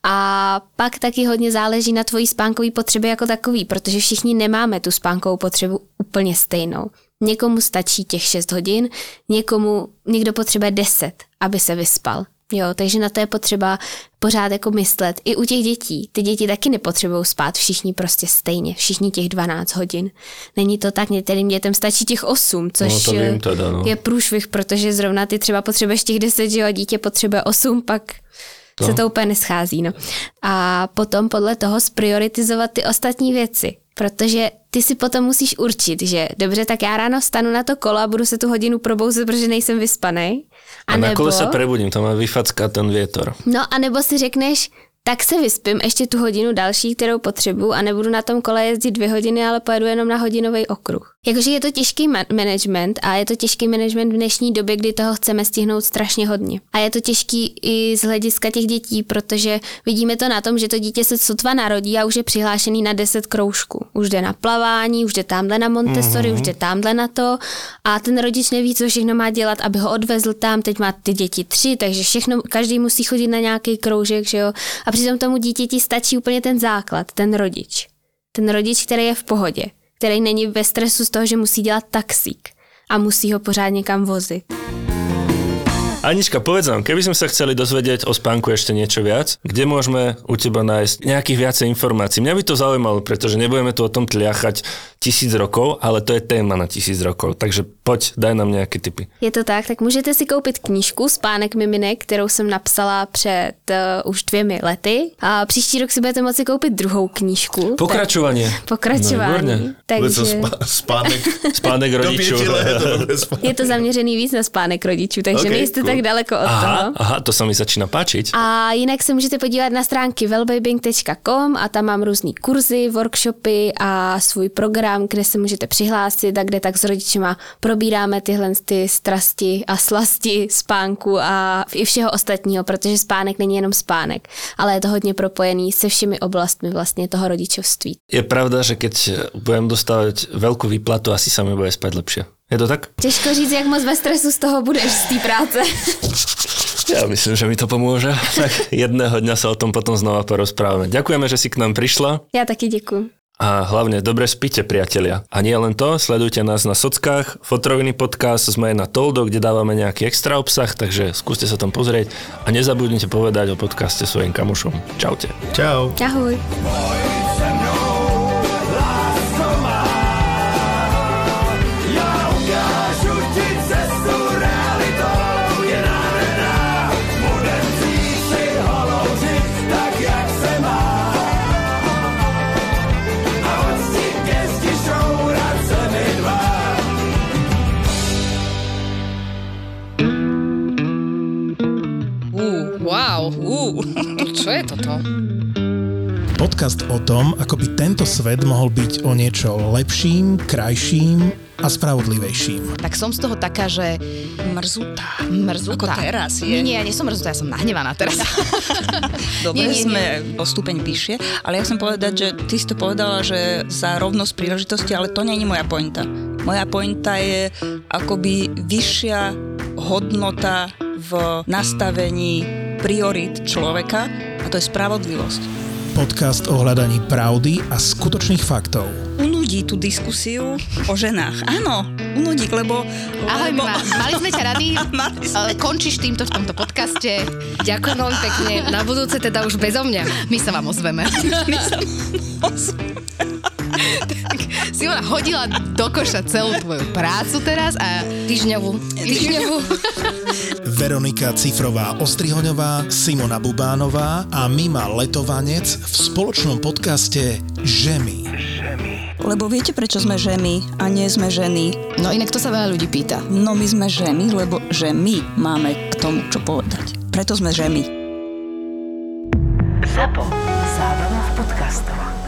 A pak taky hodně záleží na tvojí spánkové potřeby jako takový, protože všichni nemáme tu spánkovou potřebu úplně stejnou. Někomu stačí těch šest hodin, někomu, někdo potřebuje deset, aby se vyspal. Jo, takže na to je potřeba pořád jako myslet. I u těch dětí. Ty děti taky nepotřebují spát všichni prostě stejně. Všichni těch dvanáct hodin. Není to tak, některým dětem stačí těch osm, což No, to vím teda, no. je průšvih, protože zrovna ty třeba potřebuješ těch deset, že jo, a dítě potřebuje osm, pak No. se to úplně neschází. No. A potom podle toho sprioritizovat ty ostatní věci. Protože ty si potom musíš určit, že dobře, tak já ráno vstanu na to kolo a budu se tu hodinu probouzet, protože nejsem vyspanej. A, a na kole sa prebudím, to má vyfacká ten vietor. No a nebo si řekneš, tak se vyspím ještě tu hodinu další, kterou potřebuju a nebudu na tom kole jezdit dvě hodiny, ale pojedu jenom na hodinový okruh. Jakože je to těžký ma- management a je to těžký management v dnešní době, kdy toho chceme stihnout strašně hodně. A je to těžký i z hlediska těch dětí, protože vidíme to na tom, že to dítě se sotva narodí a už je přihlášený na deset kroužků. Už jde na plavání, už jde tamhle na Montessori, mm-hmm. už jde tamhle na to a ten rodič neví, co všechno má dělat, aby ho odvezl tam. Teď má ty děti tři, takže všechno, každý musí chodit na nějaký kroužek, že jo. A přitom tomu dítěti stačí úplně ten základ, ten rodič. Ten rodič, který je v pohodě, který není ve stresu z toho, že musí dělat taxík a musí ho pořád někam vozit. Anička, povedz nám, keby sme sa chceli dozvedieť o spánku ešte niečo viac, kde môžeme u teba nájsť nejakých viacej informácií? Mňa by to zaujímalo, pretože nebudeme tu o tom tliachať tisíc rokov, ale to je téma na tisíc rokov, takže poď, daj nám nejaké tipy. Je to tak, tak můžete si koupit knížku Spánek miminek, kterou jsem napsala před uh, už dvěmi lety a příští rok si budete moci koupit druhou knížku. Pokračovanie. Tak, pokračování. No, takže To spá, spánek. Spánek rodičů. Do pěti let, to bude spánek. je to zaměřený víc na spánek rodičů, takže Okay, okay, nejste cool. tak daleko od Aha, toho. aha, to sa mi začína páčiť. A jinak se můžete podívat na stránky wellbabing tečka com a tam mám různý kurzy, workshopy a svůj program Instagram, kde se můžete přihlásit a kde tak s rodičima probíráme tyhle ty strasti a slasti spánku a i všeho ostatního, protože spánek není jenom spánek, ale je to hodně propojený se všemi oblastmi vlastně toho rodičovství. Je pravda, že keď budem dostávať veľkú výplatu, asi sa mi bude spať lepšie. Je to tak? Těžko říct, jak moc ve stresu z toho budeš z té práce. Ja myslím, že mi to pomôže. Tak jedného dňa sa o tom potom znova porozprávame. Ďakujeme, že si k nám prišla. Já taky děkuju. A hlavne dobre spíte, priatelia. A nie len to, sledujte nás na sockách, Fotroviny podcast, sme na Toldo, kde dávame nejaký extra obsah, takže skúste sa tam pozrieť a nezabudnite povedať o podcaste svojim kamošom. Čaute. Čau. Ahoj. Wow, uh, čo je toto? Podcast o tom, ako by tento svet mohol byť o niečo lepším, krajším a spravodlivejším. Tak som z toho taká, že Mrzutá. mrzutá. Ako teraz je. Nie, nie, ja nie som mrzutá, ja som nahnevaná teraz. Dobre, Nie, nie, sme o stupeň vyššie, ale ja chcem povedať, že ty si to povedala, že za rovnosť príležitosti, ale to nie je moja pointa. Moja pointa je akoby vyššia hodnota v nastavení priorit človeka a to je spravodlivosť. Podcast o hľadaní pravdy a skutočných faktov. Unudí tú diskusiu o ženách. Áno, unudí, lebo... Ahoj, lebo... Mima, mali sme ťa rady, Mali sme. končíš týmto v tomto podcaste. Ďakujem veľmi pekne, na budúce teda už bezo mňa. My sa vám ozveme. My sa ozveme. Simona hodila do koša celú tvoju prácu teraz a týždňovú. Týždňovú. Veronika Cifrová-Ostrihoňová, Simona Bubánová a Mima Letovanec v spoločnom podcaste Žemy. Lebo viete, prečo sme ženy a nie sme ženy? No inak to sa veľa ľudí pýta. No my sme ženy, lebo že my máme k tomu čo povedať. Preto sme ženy. Zapo. Zábrná v podcastovách.